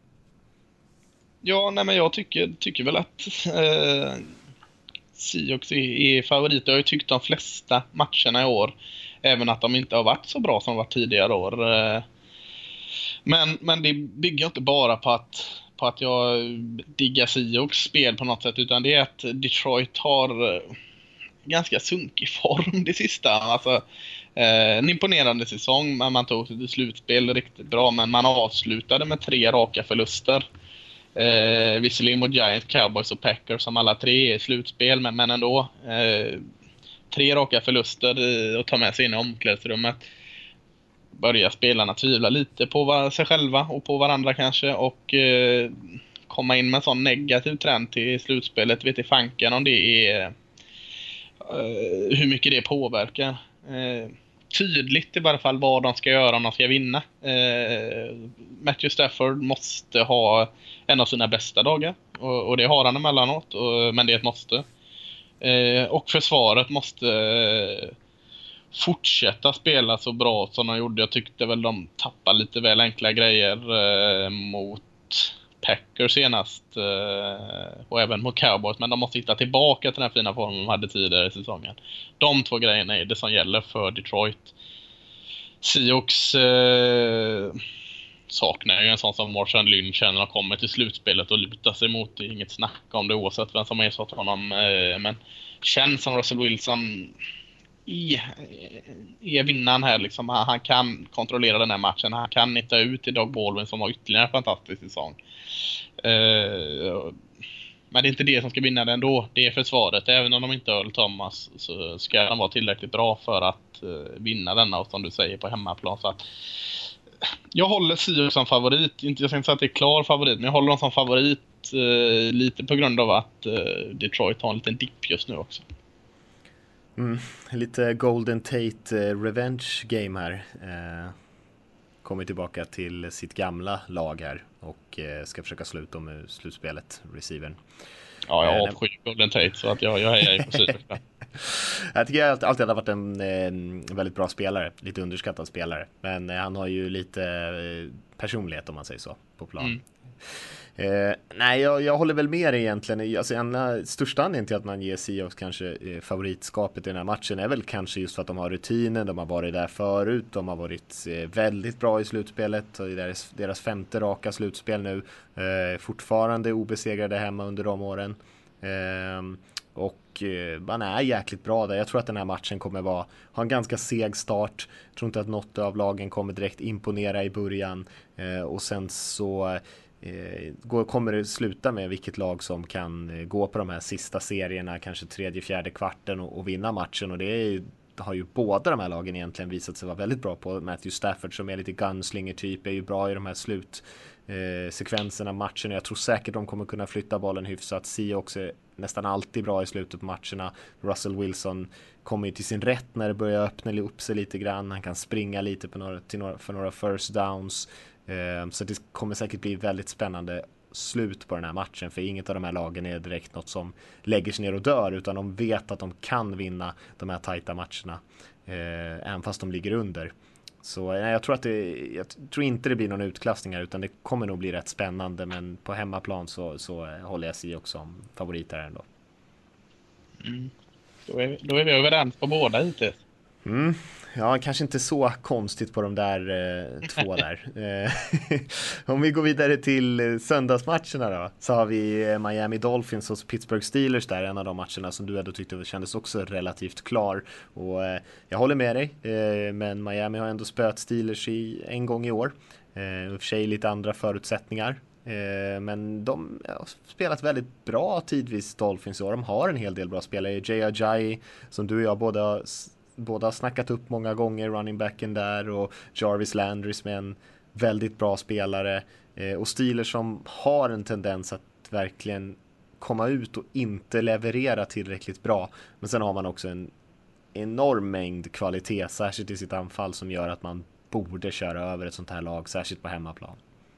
Ja, nej men jag tycker, tycker väl att eh, Seahawks är, är favoriter. Jag har ju tyckt de flesta matcherna i år, även att de inte har varit så bra som varit tidigare år. Eh, men, men det bygger inte bara på att, på att jag diggar Seahawks spel på något sätt, utan det är att Detroit har eh, ganska sunkig form det sista. Alltså Eh, en imponerande säsong, men man tog till slutspel riktigt bra, men man avslutade med tre raka förluster. Eh, visserligen mot Giants, Cowboys och Packers som alla tre är i slutspel, men, men ändå eh, tre raka förluster eh, och ta med sig in i omklädningsrummet. Börjar spelarna tvivla lite på sig själva och på varandra kanske, och eh, komma in med en sån negativ trend till slutspelet. Vet i fanken om det är eh, hur mycket det påverkar. Eh, tydligt i varje fall vad de ska göra om de ska vinna. Eh, Matthew Stafford måste ha en av sina bästa dagar, och, och det har han emellanåt, och, men det är ett måste. Eh, och försvaret måste eh, fortsätta spela så bra som de gjorde. Jag tyckte väl de tappade lite väl enkla grejer eh, mot Packers senast eh, och även mot Cowboys, men de måste hitta tillbaka till den fina formen de hade tidigare i säsongen. De två grejerna är det som gäller för Detroit. Seahawks eh, saknar ju en sån som Marshawn Lynch när de kommer till slutspelet och lutar sig mot. Det är inget snack om det oavsett vem som har ersatt honom, eh, men känns som Russell Wilson är, är vinnaren här liksom. Han, han kan kontrollera den här matchen. Han kan inte ut till Doug Baldwin som har ytterligare en fantastisk säsong. Uh, men det är inte det som ska vinna den ändå. Det är försvaret. Även om de inte har Earl Thomas så ska de vara tillräckligt bra för att uh, vinna denna, och som du säger på hemmaplan. Så att jag håller Seahawks som favorit. Inte, jag ska inte säga att det är klar favorit, men jag håller dem som favorit uh, lite på grund av att uh, Detroit har en liten dipp just nu också. Mm, lite Golden Tate uh, revenge game här. Uh, kommer tillbaka till sitt gamla lag här och uh, ska försöka sluta med slutspelet, receivern. Ja, jag avskyr uh, Golden Tate, så att jag, jag hejar ju på Seahawks. Jag tycker att alltid har varit en, en väldigt bra spelare, lite underskattad spelare, men uh, han har ju lite uh, personlighet, om man säger så, på plan. Mm. Eh, nej, jag, jag håller väl med egentligen. Alltså, en största anledningen till att man ger Seahawks kanske eh, favoritskapet i den här matchen är väl kanske just för att de har rutinen, de har varit där förut, de har varit eh, väldigt bra i slutspelet, och deras, deras femte raka slutspel nu, eh, fortfarande obesegrade hemma under de åren. Eh, och eh, man är jäkligt bra där. Jag tror att den här matchen kommer vara, ha en ganska seg start. Jag tror inte att något av lagen kommer direkt imponera i början, eh, och sen så eh, kommer det sluta med vilket lag som kan eh, gå på de här sista serierna, kanske tredje, fjärde kvarten och, och vinna matchen, och det är ju, har ju båda de här lagen egentligen visat sig vara väldigt bra på. Matthew Stafford som är lite gunslinger typ är ju bra i de här slut eh, sekvenserna av matchen. Jag tror säkert de kommer kunna flytta bollen hyfsat. Seahawks är nästan alltid bra i slutet på matcherna. Russell Wilson kommer ju till sin rätt när det börjar öppna upp sig lite grann. Han kan springa lite på några, till några, för några first downs. Eh, så det kommer säkert bli väldigt spännande slut på den här matchen, för inget av de här lagen är direkt något som lägger sig ner och dör, utan de vet att de kan vinna de här tajta matcherna eh, även fast de ligger under. Så nej, jag tror att det, jag tror inte det blir någon utklassning här, utan det kommer nog bli rätt spännande, men på hemmaplan så, så håller jag sig också om favoriter här ändå. Mm. Då, är, då är vi överens på båda hittills. Mm. Ja, kanske inte så konstigt på de där eh, två där. Om vi går vidare till söndagsmatcherna då, så har vi Miami Dolphins och Pittsburgh Steelers där, en av de matcherna som du ändå tyckte kändes också relativt klar. Och eh, jag håller med dig, eh, men Miami har ändå spöat Steelers i en gång i år. Eh, för sig lite andra förutsättningar. Eh, men de har spelat väldigt bra tidvis, Dolphins, och de har en hel del bra spelare. Jay Ajayi, som du och jag båda Båda har snackat upp många gånger, running backen där, och Jarvis Landry som är en väldigt bra spelare, eh, och Steelers som har en tendens att verkligen komma ut och inte leverera tillräckligt bra. Men sen har man också en enorm mängd kvalitet, särskilt i sitt anfall, som gör att man borde köra över ett sånt här lag, särskilt på hemmaplan.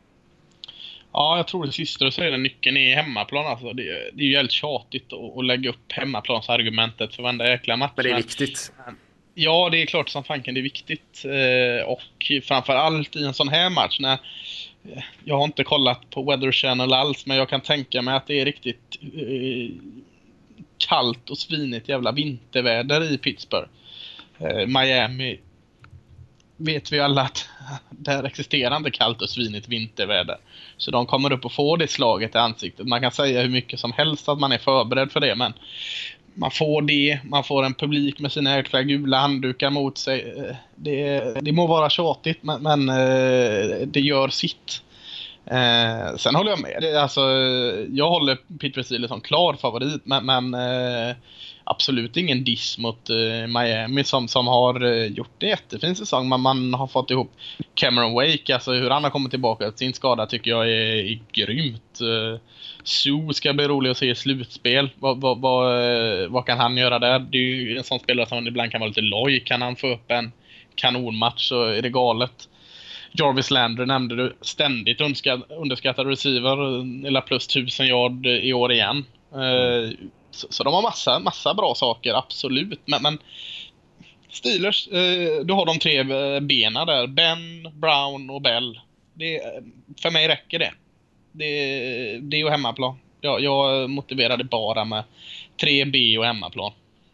Ja, jag tror det sista du säger, nyckeln är hemmaplan. Alltså, det, det är ju helt tjatigt att, att lägga upp hemmaplansargumentet för varenda jäkla match. Men det är viktigt. Ja, det är klart som fanken det är viktigt. Eh, och framförallt i en sån här match när jag har inte kollat på Weather Channel alls, men jag kan tänka mig att det är riktigt eh, kallt och svinigt jävla vinterväder i Pittsburgh. Eh, Miami vet vi alla att där existerar inte kallt och svinigt vinterväder. Så de kommer upp och får det slaget i ansiktet. Man kan säga hur mycket som helst att man är förberedd för det, men man får det, man får en publik med sina jäkla gula handdukar mot sig. Det, det må vara tjatigt, men, men det gör sitt. Eh, sen håller jag med. Det, alltså, jag håller Pittsburgh Steelers som klar favorit, men, men eh, absolut ingen diss mot eh, Miami som, som har eh, gjort det jättefin säsong. Man, man har fått ihop Cameron Wake, alltså hur han har kommit tillbaka till sin skada tycker jag är, är grymt. Eh, Sue ska bli rolig att se i slutspel. Vad, vad, vad, eh, vad kan han göra där? Det är ju en sån spelare som ibland kan vara lite loj. Kan han få upp en kanonmatch så är det galet. Jarvis Landry nämnde du, ständigt underskattad receiver, eller plus tusen yard i år igen. Eh, så, så de har massa, massa bra saker, absolut. Men, men Steelers, eh, du har de tre bena där, Ben, Brown och Bell. Det, för mig räcker det. Det, det är ju hemmaplan. Jag, jag motiverade bara med tre B och hemmaplan.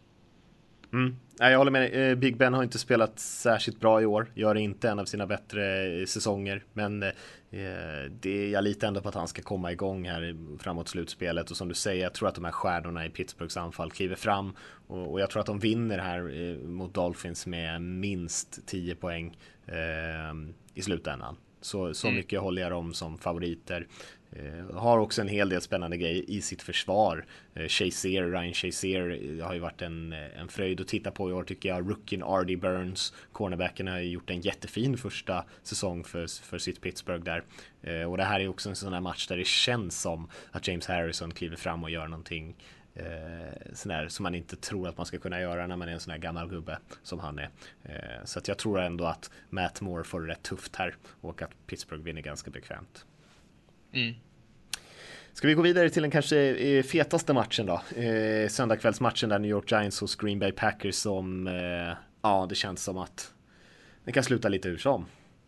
Mm. Jag håller med. Big Ben har inte spelat särskilt bra i år. Gör inte en av sina bättre säsonger. Men eh, det, jag litar ändå på att han ska komma igång här framåt slutspelet. Och som du säger, jag tror att de här stjärnorna i Pittsburghs anfall kliver fram. Och, och jag tror att de vinner här eh, mot Dolphins med minst tio poäng eh, i slutändan. Så, så mycket mm. håller jag dem som favoriter. Eh, har också en hel del spännande grejer i sitt försvar. Eh, Shazier, Ryan Shazier har ju varit en, en fröjd att titta på i år tycker jag. Rookien Artie Burns, cornerbacken, har gjort en jättefin första säsong för, för sitt Pittsburgh där. Eh, och det här är också en sån här match där det känns som att James Harrison kliver fram och gör någonting Eh, sån här, som man inte tror att man ska kunna göra när man är en sån här gammal gubbe som han är. Eh, så att jag tror ändå att Matt Moore får det rätt tufft här och att Pittsburgh vinner ganska bekvämt. Mm. Ska vi gå vidare till den kanske fetaste matchen då? Eh, söndagkvällsmatchen där New York Giants hos Green Bay Packers som, eh, ja det känns som att det kan sluta lite hur som.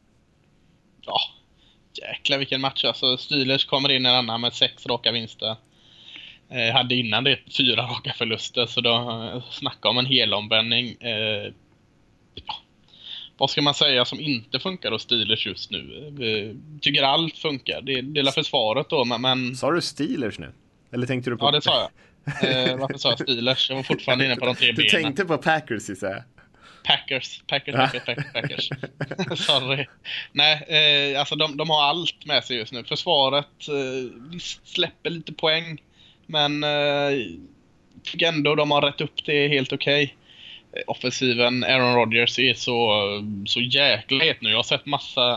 Ja, jäklar vilken match. Alltså Steelers kommer in i en annan med sex raka vinster. Eh, hade innan det fyra raka förluster, så då eh, snacka om en helomvändning. Eh, ja. Vad ska man säga som inte funkar hos Steelers just nu? Eh, tycker allt funkar. Det delar försvaret då, men, men... Sa du Steelers nu? Eller tänkte du på... Ja, det sa jag. Eh, varför sa jag Steelers? Jag var fortfarande inne på de tre benen. Du tänkte på Packers, så här. Packers, Packers, Packers, Packers, Packers. Sorry. Nej, eh, alltså de, de har allt med sig just nu. Försvaret eh, släpper lite poäng, men eh, tycker ändå de har rätt upp det helt okej. Okay. Offensiven, Aaron Rodgers är så, så jäkla het nu. Jag har sett massa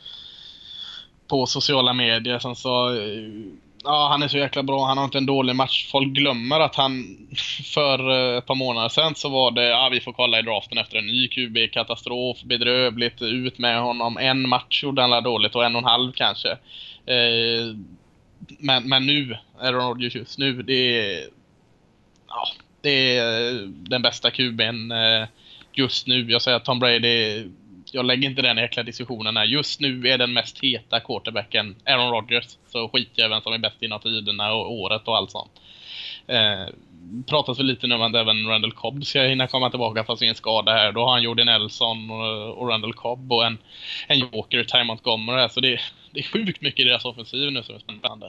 på sociala medier som sa ja, han är så jäkla bra, han har inte en dålig match. Folk glömmer att han för ett par månader sedan så var det ja, vi får kolla i draften efter en ny Q B, katastrof, bedrövligt, ut med honom. En match gjorde han dåligt och en och en halv kanske. Eh, men, men nu, Aaron Rodgers just nu, det är ja, det är den bästa Q B:n eh, just nu. Jag säger att Tom Brady, jag lägger inte den jäkla diskussionen här. Just nu är den mest heta quarterbacken Aaron Rodgers. Så skiter jag vem som är bäst inom tiderna och året och allt sånt. Eh, pratas väl lite nu om att även Randall Cobb ska hinna komma tillbaka från sin skada här. Då har han Jordy Nelson och, och Randall Cobb och en, en joker, Ty Montgomery. Så det, det är sjukt mycket i deras offensiv nu som är spännande.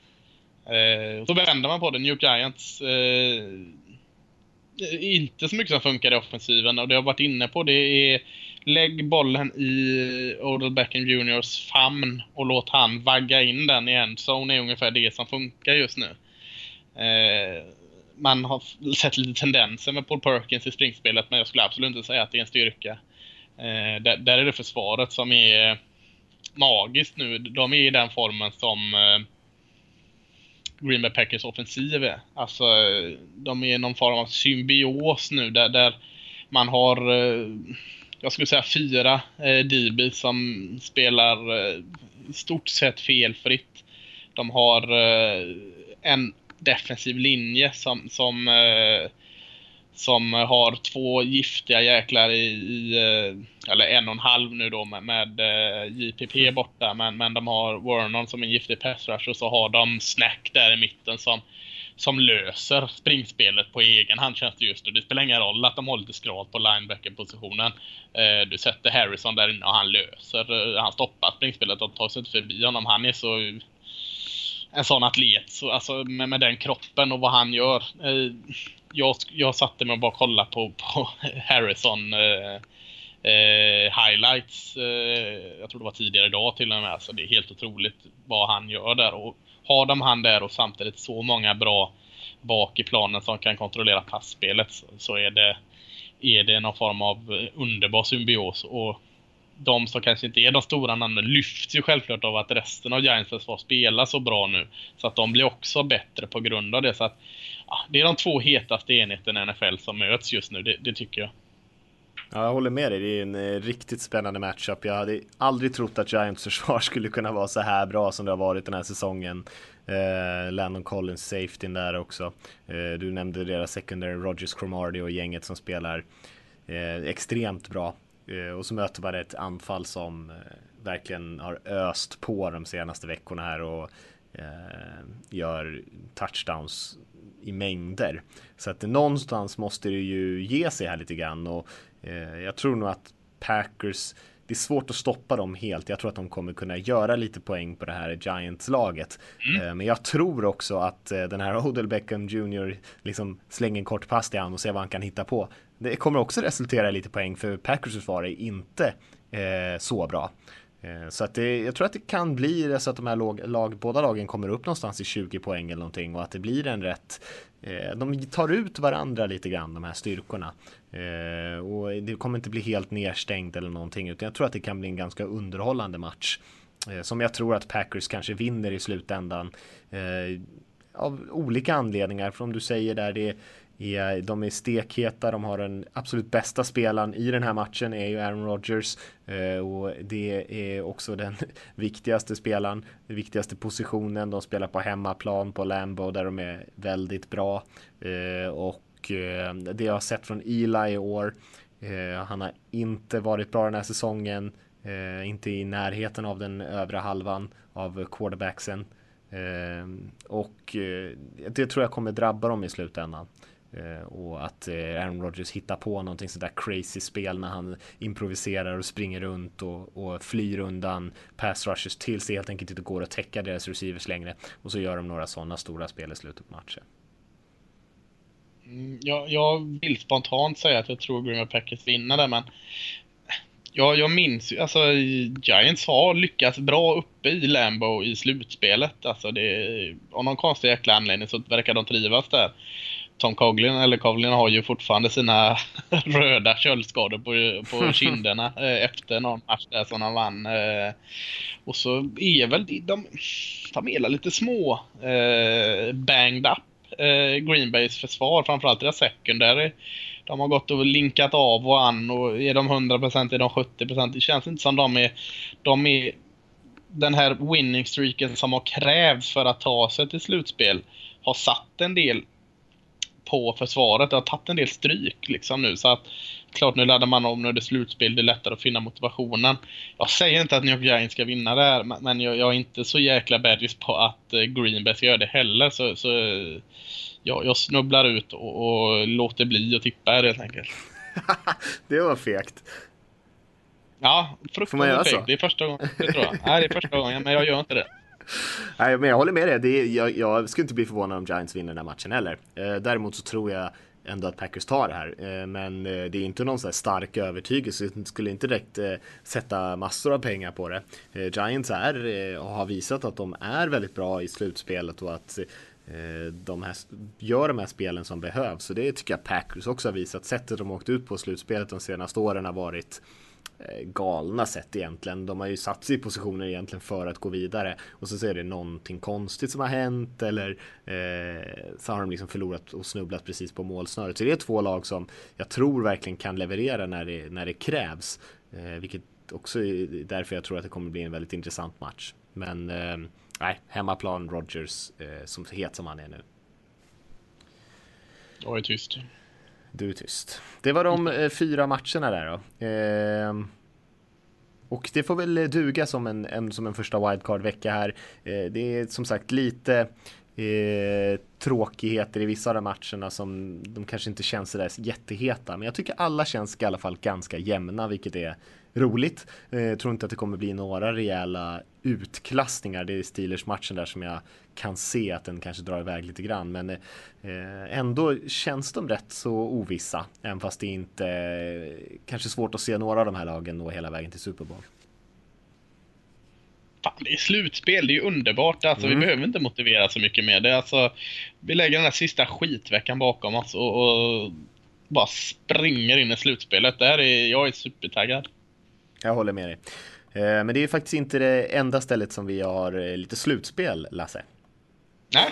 Eh, så vänder man på det. New York Giants eh, inte så mycket som funkar i offensiven. Och det jag har varit inne på, det är lägg bollen i Odell Beckham juniors famn och låt han vagga in den i endzone är ungefär det som funkar just nu. Eh, man har sett lite tendenser med Paul Perkins i springspelet, men jag skulle absolut inte säga att det är en styrka. Eh, där, där är det försvaret som är magiskt nu. De är i den formen som eh, Green Bay Packers offensiv är. Alltså, de är någon form av symbios nu där, där man har eh, jag skulle säga fyra eh, D B som spelar eh, i stort sett felfritt. De har eh, en defensiv linje som som eh, som har två giftiga jäklar i, i eh, eller en och en halv nu då med, med eh, J P P borta, men men de har Vernon som en giftig pass rush och så har de Snack där i mitten som som löser springspelet på egen hand, känns det just nu. Det spelar ingen roll att de håller lite skralt på linebacker-positionen. Eh, du sätter Harrison där inne och han löser, eh, han stoppar springspelet och tar sig inte förbi honom. Han är så en sån atlet, så, alltså med, med den kroppen och vad han gör. Eh, jag, jag satte mig och bara kolla på, på Harrison eh, eh, highlights. Eh, jag tror det var tidigare idag till och med. Så det är helt otroligt vad han gör där. Och har de han där och samtidigt så många bra bak i planen som kan kontrollera passspelet, så, så är det är det någon form av underbar symbios. Och de som kanske inte är de stora namnen lyfts ju självklart av att resten av Giants försvar spelar så bra nu, så att de blir också bättre på grund av det. Så att ja, det är de två hetaste enheterna i N F L som möts just nu, det, det tycker jag. Ja, jag håller med dig. Det är en eh, riktigt spännande matchup. Jag hade aldrig trott att Giants försvar skulle kunna vara så här bra som det har varit den här säsongen. Eh, Landon Collins safety där också. Eh, du nämnde deras secondary, Rodgers, Cromartie och gänget som spelar eh, extremt bra. Eh, och så möter man ett anfall som eh, verkligen har öst på de senaste veckorna här och eh, gör touchdowns i mängder. Så att någonstans måste det ju ge sig här lite grann, och eh, jag tror nog att Packers, det är svårt att stoppa dem helt. Jag tror att de kommer kunna göra lite poäng på det här Giants-laget. Mm. Eh, men jag tror också att eh, den här Odell Beckham junior liksom slänger en kort pass till han och ser vad han kan hitta på. Det kommer också resultera i lite poäng, för Packers försvar är inte eh, så bra. Så att det, jag tror att det kan bli så att de här lag, lag, båda lagen kommer upp någonstans i tjugo poäng eller någonting, och att det blir en rätt eh, de tar ut varandra lite grann, de här styrkorna, eh, och det kommer inte bli helt nedstängt eller någonting, utan jag tror att det kan bli en ganska underhållande match, eh, som jag tror att Packers kanske vinner i slutändan eh, av olika anledningar. För om du säger där, det är, de är stekheta, de har den absolut bästa spelaren i den här matchen är ju Aaron Rodgers, och det är också den viktigaste spelaren, den viktigaste positionen. De spelar på hemmaplan på Lambeau där de är väldigt bra, och det jag har sett från Eli i år, han har inte varit bra den här säsongen, inte i närheten av den övre halvan av quarterbacksen, och det tror jag kommer drabba dem i slutändan. Uh, och att uh, Aaron Rodgers hittar på någonting sådär crazy spel när han improviserar och springer runt och, och flyr undan pass rushers tills det helt enkelt inte går att täcka deras receivers längre, och så gör de några sådana stora spel i slutet på matchen. Mm, jag, jag vill spontant säga att jag tror Green Bay Packers vinner det, men ja, jag minns ju, alltså Giants har lyckats bra uppe i Lambeau i slutspelet. Alltså det, av någon konstig jäkla anledning så verkar de trivas där. Tom Coughlin, eller Coughlin har ju fortfarande sina röda köldskador på, på kinderna eh, efter någon match där som han vann. Eh, och så är väl de, de, de är lite små eh, banged up. Eh, Green Bays försvar, framförallt deras secondary. De har gått och linkat av och an, och är de hundra procent, är de sjuttio procent. Det känns inte som de är, de är den här winning streaken som har krävts för att ta sig till slutspel har satt en del på försvaret. Det har tagit en del stryk liksom nu, så att klart nu laddar man om när det är slutspel, det är lättare att finna motivationen. Jag säger inte att New York Giants ska vinna det här, men jag, jag är inte så jäkla bädvis på att Green Bay ska göra det heller, så, så jag, jag snubblar ut och, och låter bli att tippa här helt enkelt. Det var fegt. Ja, fruktansvärt fegt. Det är första gången, det tror jag. Nej, det är första gången, men jag gör inte det. Nej, men jag håller med dig. Det är, jag, jag skulle inte bli förvånad om Giants vinner den här matchen heller. Eh, däremot så tror jag ändå att Packers tar det här. Eh, men eh, det är inte någon sån här stark övertygelse. Jag skulle inte direkt eh, sätta massor av pengar på det. Eh, Giants är, eh, har visat att de är väldigt bra i slutspelet och att eh, de här, gör de här spelen som behövs. Så det tycker jag Packers också har visat. Sättet de åkt ut på slutspelet de senaste åren har varit galna sätt egentligen. De har ju satt sig i positioner egentligen för att gå vidare, och så är det någonting konstigt som har hänt, eller eh, så har de liksom förlorat och snubblat precis på målsnöret. Så det är två lag som jag tror verkligen kan leverera när det, när det krävs, eh, vilket också är därför jag tror att det kommer bli en väldigt intressant match. Men eh, nej, hemmaplan Rodgers, eh, som het som han är nu. Jag är tyst. Du är tyst. Det var de eh, fyra matcherna där då. Eh, och det får väl duga som en, en, som en första wildcard-vecka här. Eh, det är som sagt lite eh, tråkigheter i vissa av de matcherna som de kanske inte känns så där jätteheta. Men jag tycker alla känns i alla fall ganska jämna, vilket är roligt. Eh, jag tror inte att det kommer bli några rejäla utklassningar. Det är Steelers-matchen där som jag kan se att den kanske drar iväg lite grann, men eh, ändå känns de rätt så ovissa, även fast det inte eh, kanske svårt att se några av de här lagen nå hela vägen till Super Bowl. Fan, det är slutspel, det är ju underbart. Alltså, mm. Vi behöver inte motivera så mycket med det. Alltså, vi lägger den här sista skitveckan bakom oss och, och bara springer in i slutspelet. Där är, jag är supertaggad. Jag håller med dig. Eh, men det är faktiskt inte det enda stället som vi har eh, lite slutspel, Lasse. Nej.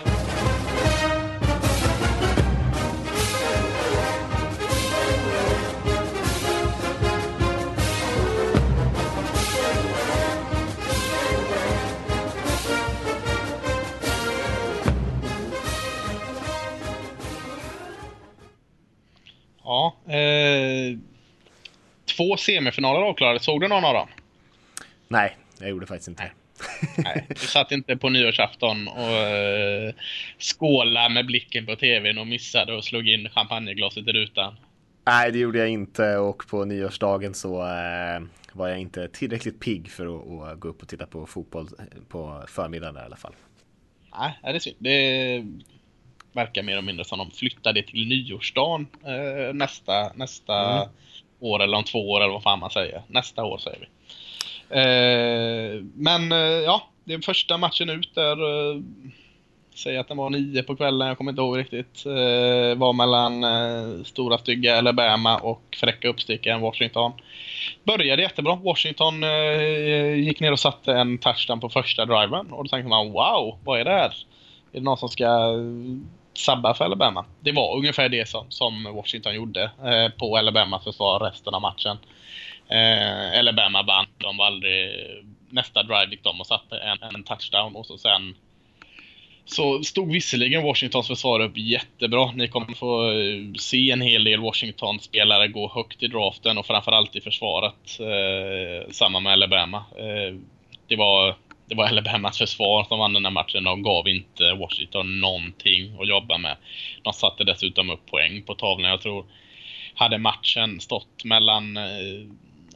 Ja, eh, två semifinaler avklarade. Såg du någon av dem? Nej, jag gjorde faktiskt inte. Nej, du satt inte på nyårsafton och uh, skåla med blicken på tvn och missade och slog in champagneglaset i rutan. Nej, det gjorde jag inte, och på nyårsdagen så uh, var jag inte tillräckligt pigg för att, att gå upp och titta på fotboll på förmiddagen där, i alla fall. Nej, det är synd. Det verkar mer och mindre som de flyttade till nyårsdagen uh, nästa, nästa mm. år, eller om två år, eller vad fan man säger. Nästa år säger vi. Eh, men eh, ja, det är första matchen ut där, eh, säger att den var nio på kvällen, jag kommer inte ihåg riktigt, eh, var mellan eh, stora stygga Alabama och fräcka uppstickaren Washington. Började jättebra. Washington eh, gick ner och satte en touchdown på första driven, och då tänkte man, wow, vad är det här? Är det någon som ska sabba för Alabama? Det var ungefär det som, som Washington gjorde eh, på Alabama försvar resten av matchen. Eh, Alabama vann, de var aldrig, nästa drive gick de och satte en, en touchdown, och så sen så stod visserligen Washingtons försvar upp jättebra. Ni kommer få se en hel del Washington-spelare gå högt i draften och framförallt i försvaret, eh, samma med Alabama. Eh, det var det var Alabamas försvar som vann den här matchen. De gav inte Washington någonting att jobba med. De satte dessutom upp poäng på tavlan. Jag tror hade matchen stått mellan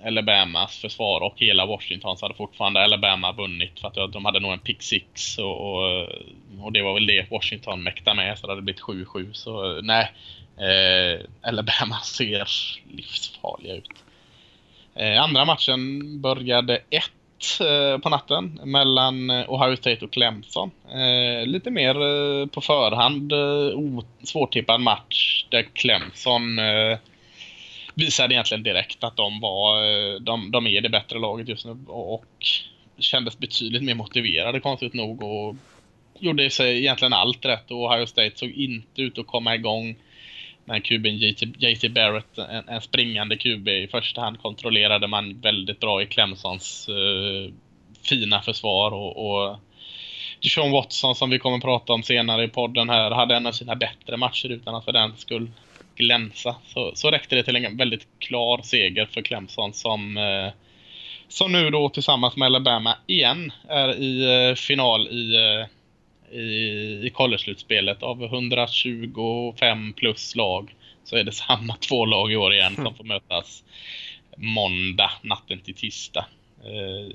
Alabamas försvar och hela Washington, så hade fortfarande Alabama vunnit, för att de hade nog en pick six och, och, och det var väl det Washington mäktade med, så det hade blivit sju sju. Så nej, eh, Alabama ser livsfarliga ut. Eh, andra matchen började ett på natten mellan Ohio State och Clemson. Eh, lite mer eh, på förhand eh, svårtippad match där Clemson eh, visade egentligen direkt att de var eh, de, de är det bättre laget just nu och, och kändes betydligt mer motiverade, konstigt nog, och gjorde sig egentligen allt rätt, och Ohio State såg inte ut att komma igång. Men Q B:n J T Barrett, en, en springande Q B i första hand, kontrollerade man väldigt bra i Clemsons uh, fina försvar, och, och Deshaun Watson, som vi kommer att prata om senare i podden här, hade en av sina bättre matcher utan att för den skull glänsa. Så, så räckte det till en väldigt klar seger för Clemson, som, uh, som nu då tillsammans med Alabama igen är i uh, final i uh, i, i college-slutspelet. Av hundratjugofem plus lag så är det samma två lag i år igen som får mötas måndag, natten till tisdag eh,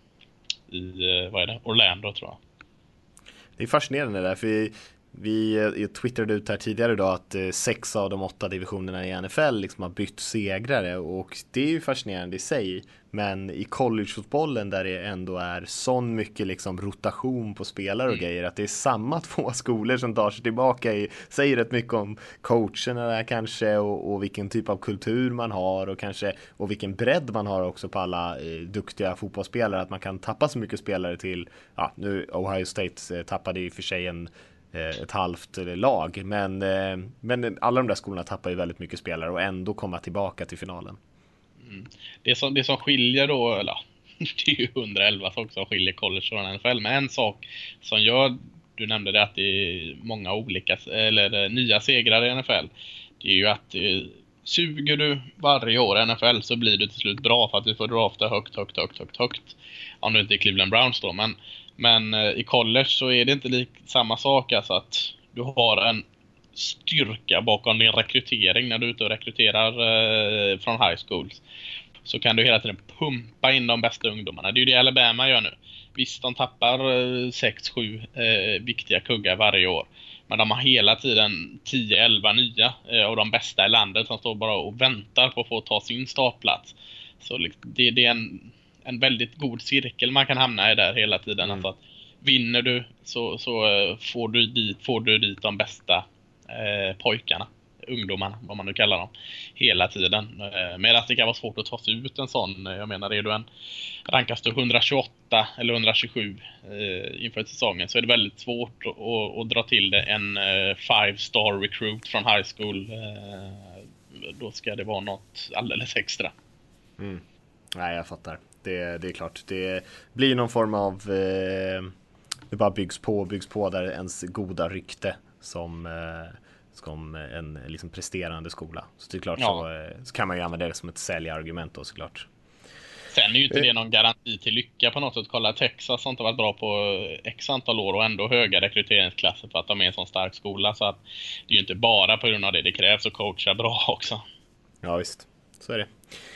i eh, vad är det? Orlando, tror jag. Det är fascinerande där, för vi, vi twittrade ut här tidigare idag att eh, sex av de åtta divisionerna i N F L liksom har bytt segrare, och det är ju fascinerande i sig. Men i collegefotbollen, där det ändå är sån mycket liksom rotation på spelare och mm. grejer, att det är samma två skolor som tar sig tillbaka i, säger rätt mycket om coacherna där kanske, och, och vilken typ av kultur man har, och kanske och vilken bredd man har också på alla eh, duktiga fotbollsspelare, att man kan tappa så mycket spelare till, ja, nu Ohio State eh, tappade ju för sig en ett halvt lag, men, men alla de där skolorna tappar ju väldigt mycket spelare och ändå komma tillbaka till finalen. Mm. Det, som, det som skiljer då, eller det är ju hundraelva saker som skiljer college och N F L, men en sak som gör, du nämnde det, att det är många olika eller nya segrar i N F L, det är ju att suger du varje år i N F L så blir du till slut bra, för att du får drafta högt, högt, högt, högt, högt. Om du inte är Cleveland Browns då, men Men i college så är det inte lik samma sak, alltså att du har en styrka bakom din rekrytering när du är ute och rekryterar eh, från high schools. Så kan du hela tiden pumpa in de bästa ungdomarna. Det är ju det Alabama gör nu. Visst, de tappar eh, sex sju eh, viktiga kuggar varje år. Men de har hela tiden tio elva nya eh, och de bästa i landet som står bara och väntar på att få ta sin startplats. Så det, det är en... en väldigt god cirkel man kan hamna i där hela tiden. Mm. Alltså att vinner du så, så får, du dit, får du dit de bästa eh, pojkarna, ungdomarna, vad man nu kallar dem, hela tiden. Eh, Medan det kan vara svårt att ta sig ut en sån. Jag menar, är du en rankas du hundratjugoåtta eller hundratjugosju eh, inför säsongen, så är det väldigt svårt att, att, att dra till det en eh, five star recruit från high school. Eh, då ska det vara något alldeles extra. Mm. Nej, jag fattar. Det, det är klart, det blir någon form av eh, det bara byggs på och byggs på där ens goda rykte som, eh, som en liksom presterande skola. Så det är klart, ja. så, eh, så kan man ju använda det som ett säljargument då, såklart. Sen är ju inte det någon garanti till lycka på något sätt. Kolla, Texas har inte varit bra på x antal år och ändå höga rekryteringsklasser för att de är en sån stark skola. Så att det är ju inte bara på grund av det, det krävs att coacha bra också. Ja visst, så är det.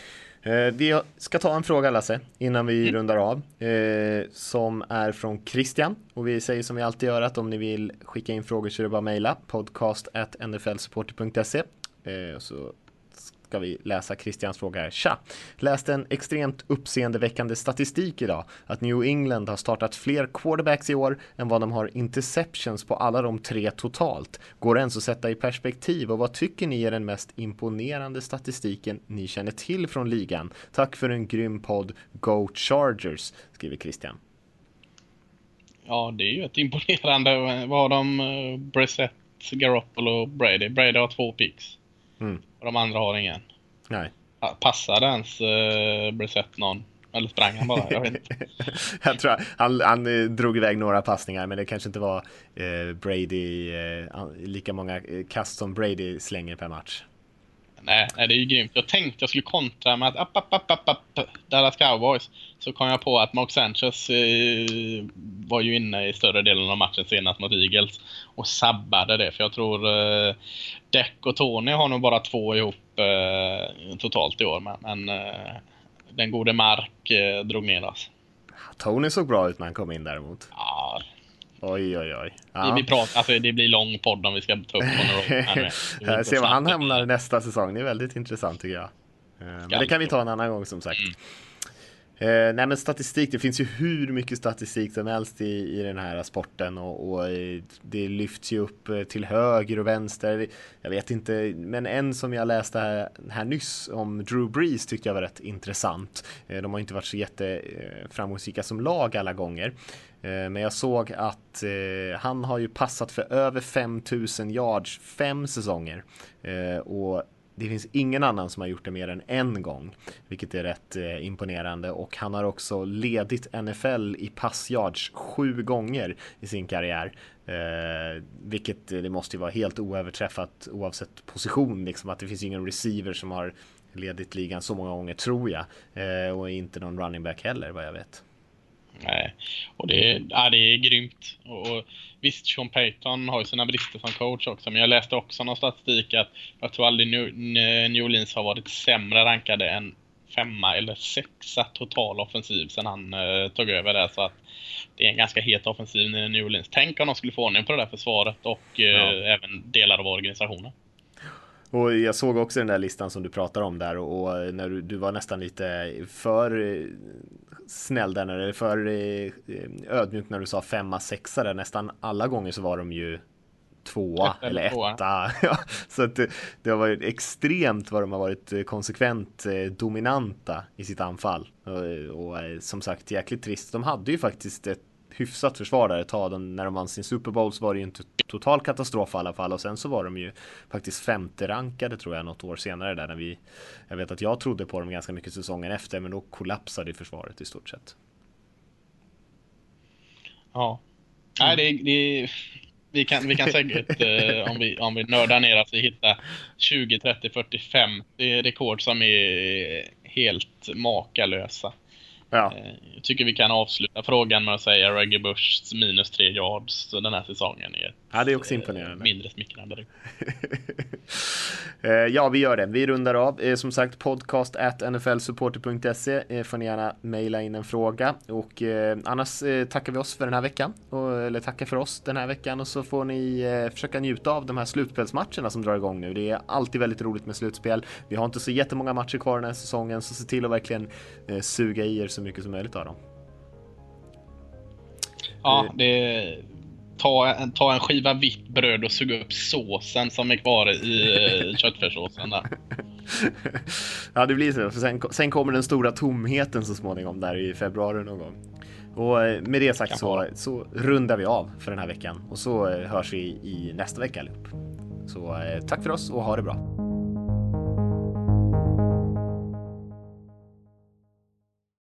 Eh, vi ska ta en fråga, Lasse, innan vi mm. rundar av, eh, som är från Christian, och vi säger som vi alltid gör, att om ni vill skicka in frågor så är det bara att mejla podcast at n f l supporter punkt se, eh, så ska vi läsa Christians fråga här. Tja! Läste en extremt uppseendeväckande statistik idag, att New England har startat fler quarterbacks i år än vad de har interceptions på alla de tre totalt. Går det ens att sätta i perspektiv, och vad tycker ni är den mest imponerande statistiken ni känner till från ligan? Tack för en grym podd, Go Chargers, skriver Christian. Ja, det är ju ett imponerande. Vad har de? Brissett, Garoppolo och Brady. Brady har två picks. Mm. Och de andra har ingen. Nej. Passade ens uh, Brissett någon? Eller sprang han bara? Jag vet inte. Jag tror han, han drog iväg några passningar, men det kanske inte var eh, Brady eh, lika många kast som Brady slänger per match. Nej, nej, det är ju grymt. Jag tänkte jag skulle kontra med att app, app, app, app, app, Dallas Cowboys. Så kom jag på att Mark Sanchez eh, var ju inne i större delen av matchen senast mot Eagles och sabbade det. För jag tror eh, Deck och Tony har nog bara två ihop eh, totalt i år. Men, men eh, den gode Mark eh, drog ner oss. Tony såg bra ut när han kom in däremot. Ja. Oj, oj, oj. Ja. Vi pratar, alltså, det blir lång podd om vi ska ta upp honom. Jag ser vad han hamnar nästa säsong. Det är väldigt intressant tycker jag. Men det kan vi ta en annan gång som sagt. Mm. Eh, nej men statistik, det finns ju hur mycket statistik som helst i, i den här sporten och, och det lyfts ju upp till höger och vänster. Jag vet inte, men en som jag läste här, här nyss om Drew Brees tyckte jag var rätt intressant. Eh, de har inte varit så jätteframgångsrika som lag alla gånger. Eh, men jag såg att eh, han har ju passat för över fem tusen yards fem säsonger. Eh, och det finns ingen annan som har gjort det mer än en gång, vilket är rätt eh, imponerande. Och han har också ledit N F L i passyards sju gånger i sin karriär. Eh, vilket det måste ju vara helt oöverträffat oavsett position. Liksom, att det finns ingen receiver som har ledit ligan så många gånger tror jag. Eh, och inte någon running back heller vad jag vet. Nej, och det är, ja, det är grymt. Och, och visst, Sean Payton har ju sina brister som coach också. Men jag läste också någon statistik att jag tror aldrig New, New Orleans har varit sämre rankade än femma eller sexa total offensiv sedan han eh, tog över det. Så att det är en ganska het offensiv i New Orleans. Tänk om de skulle få ordning på det där försvaret och eh, ja. även delar av organisationen. Och jag såg också den där listan som du pratar om där och när du, du var nästan lite för snäll där, eller för ödmjuk när du sa femma, sexa där. Nästan alla gånger så var de ju tvåa Ett eller tvåa. etta. Ja, så att det, det har varit extremt vad de har varit konsekvent dominanta i sitt anfall. Och, och som sagt jäkligt trist. De hade ju faktiskt ett hyfsat försvar där ett tag. När de vann sin Super Bowl så var det ju inte total katastrof i alla fall. Och sen så var de ju faktiskt femte rankade tror jag något år senare där när vi, jag vet att jag trodde på dem ganska mycket säsongen efter, men då kollapsade försvaret i stort sett. Ja. Nej, det, det vi kan vi kan säkert eh, om vi om vi nördar ner att vi hittar tjugo, trettio, fyrtiofem det är rekord som är helt makalösa. Ja. Jag tycker vi kan avsluta frågan med att säga Reggie Bushs minus tre yards den här säsongen är ett, ja, det är också imponerande. Mindre smickrande. Ja, vi gör det. Vi rundar av. Som sagt, podcast at n f l supporter punkt se får ni gärna mejla in en fråga. Och eh, annars eh, tackar vi oss för den här veckan. Och, eller tackar för oss den här veckan. Och så får ni eh, försöka njuta av de här slutspelsmatcherna som drar igång nu. Det är alltid väldigt roligt med slutspel. Vi har inte så jättemånga matcher kvar den här säsongen. Så se till att verkligen eh, suga i er så mycket som möjligt av dem. Ja, det Ta, ta en skiva vitt bröd och suga upp såsen som är kvar i köttfärssåsen där. Ja, det blir så. För sen, sen kommer den stora tomheten så småningom där i februari någon gång. Och med det sagt så, så rundar vi av för den här veckan. Och så hörs vi i nästa vecka allihop. Så tack för oss och ha det bra.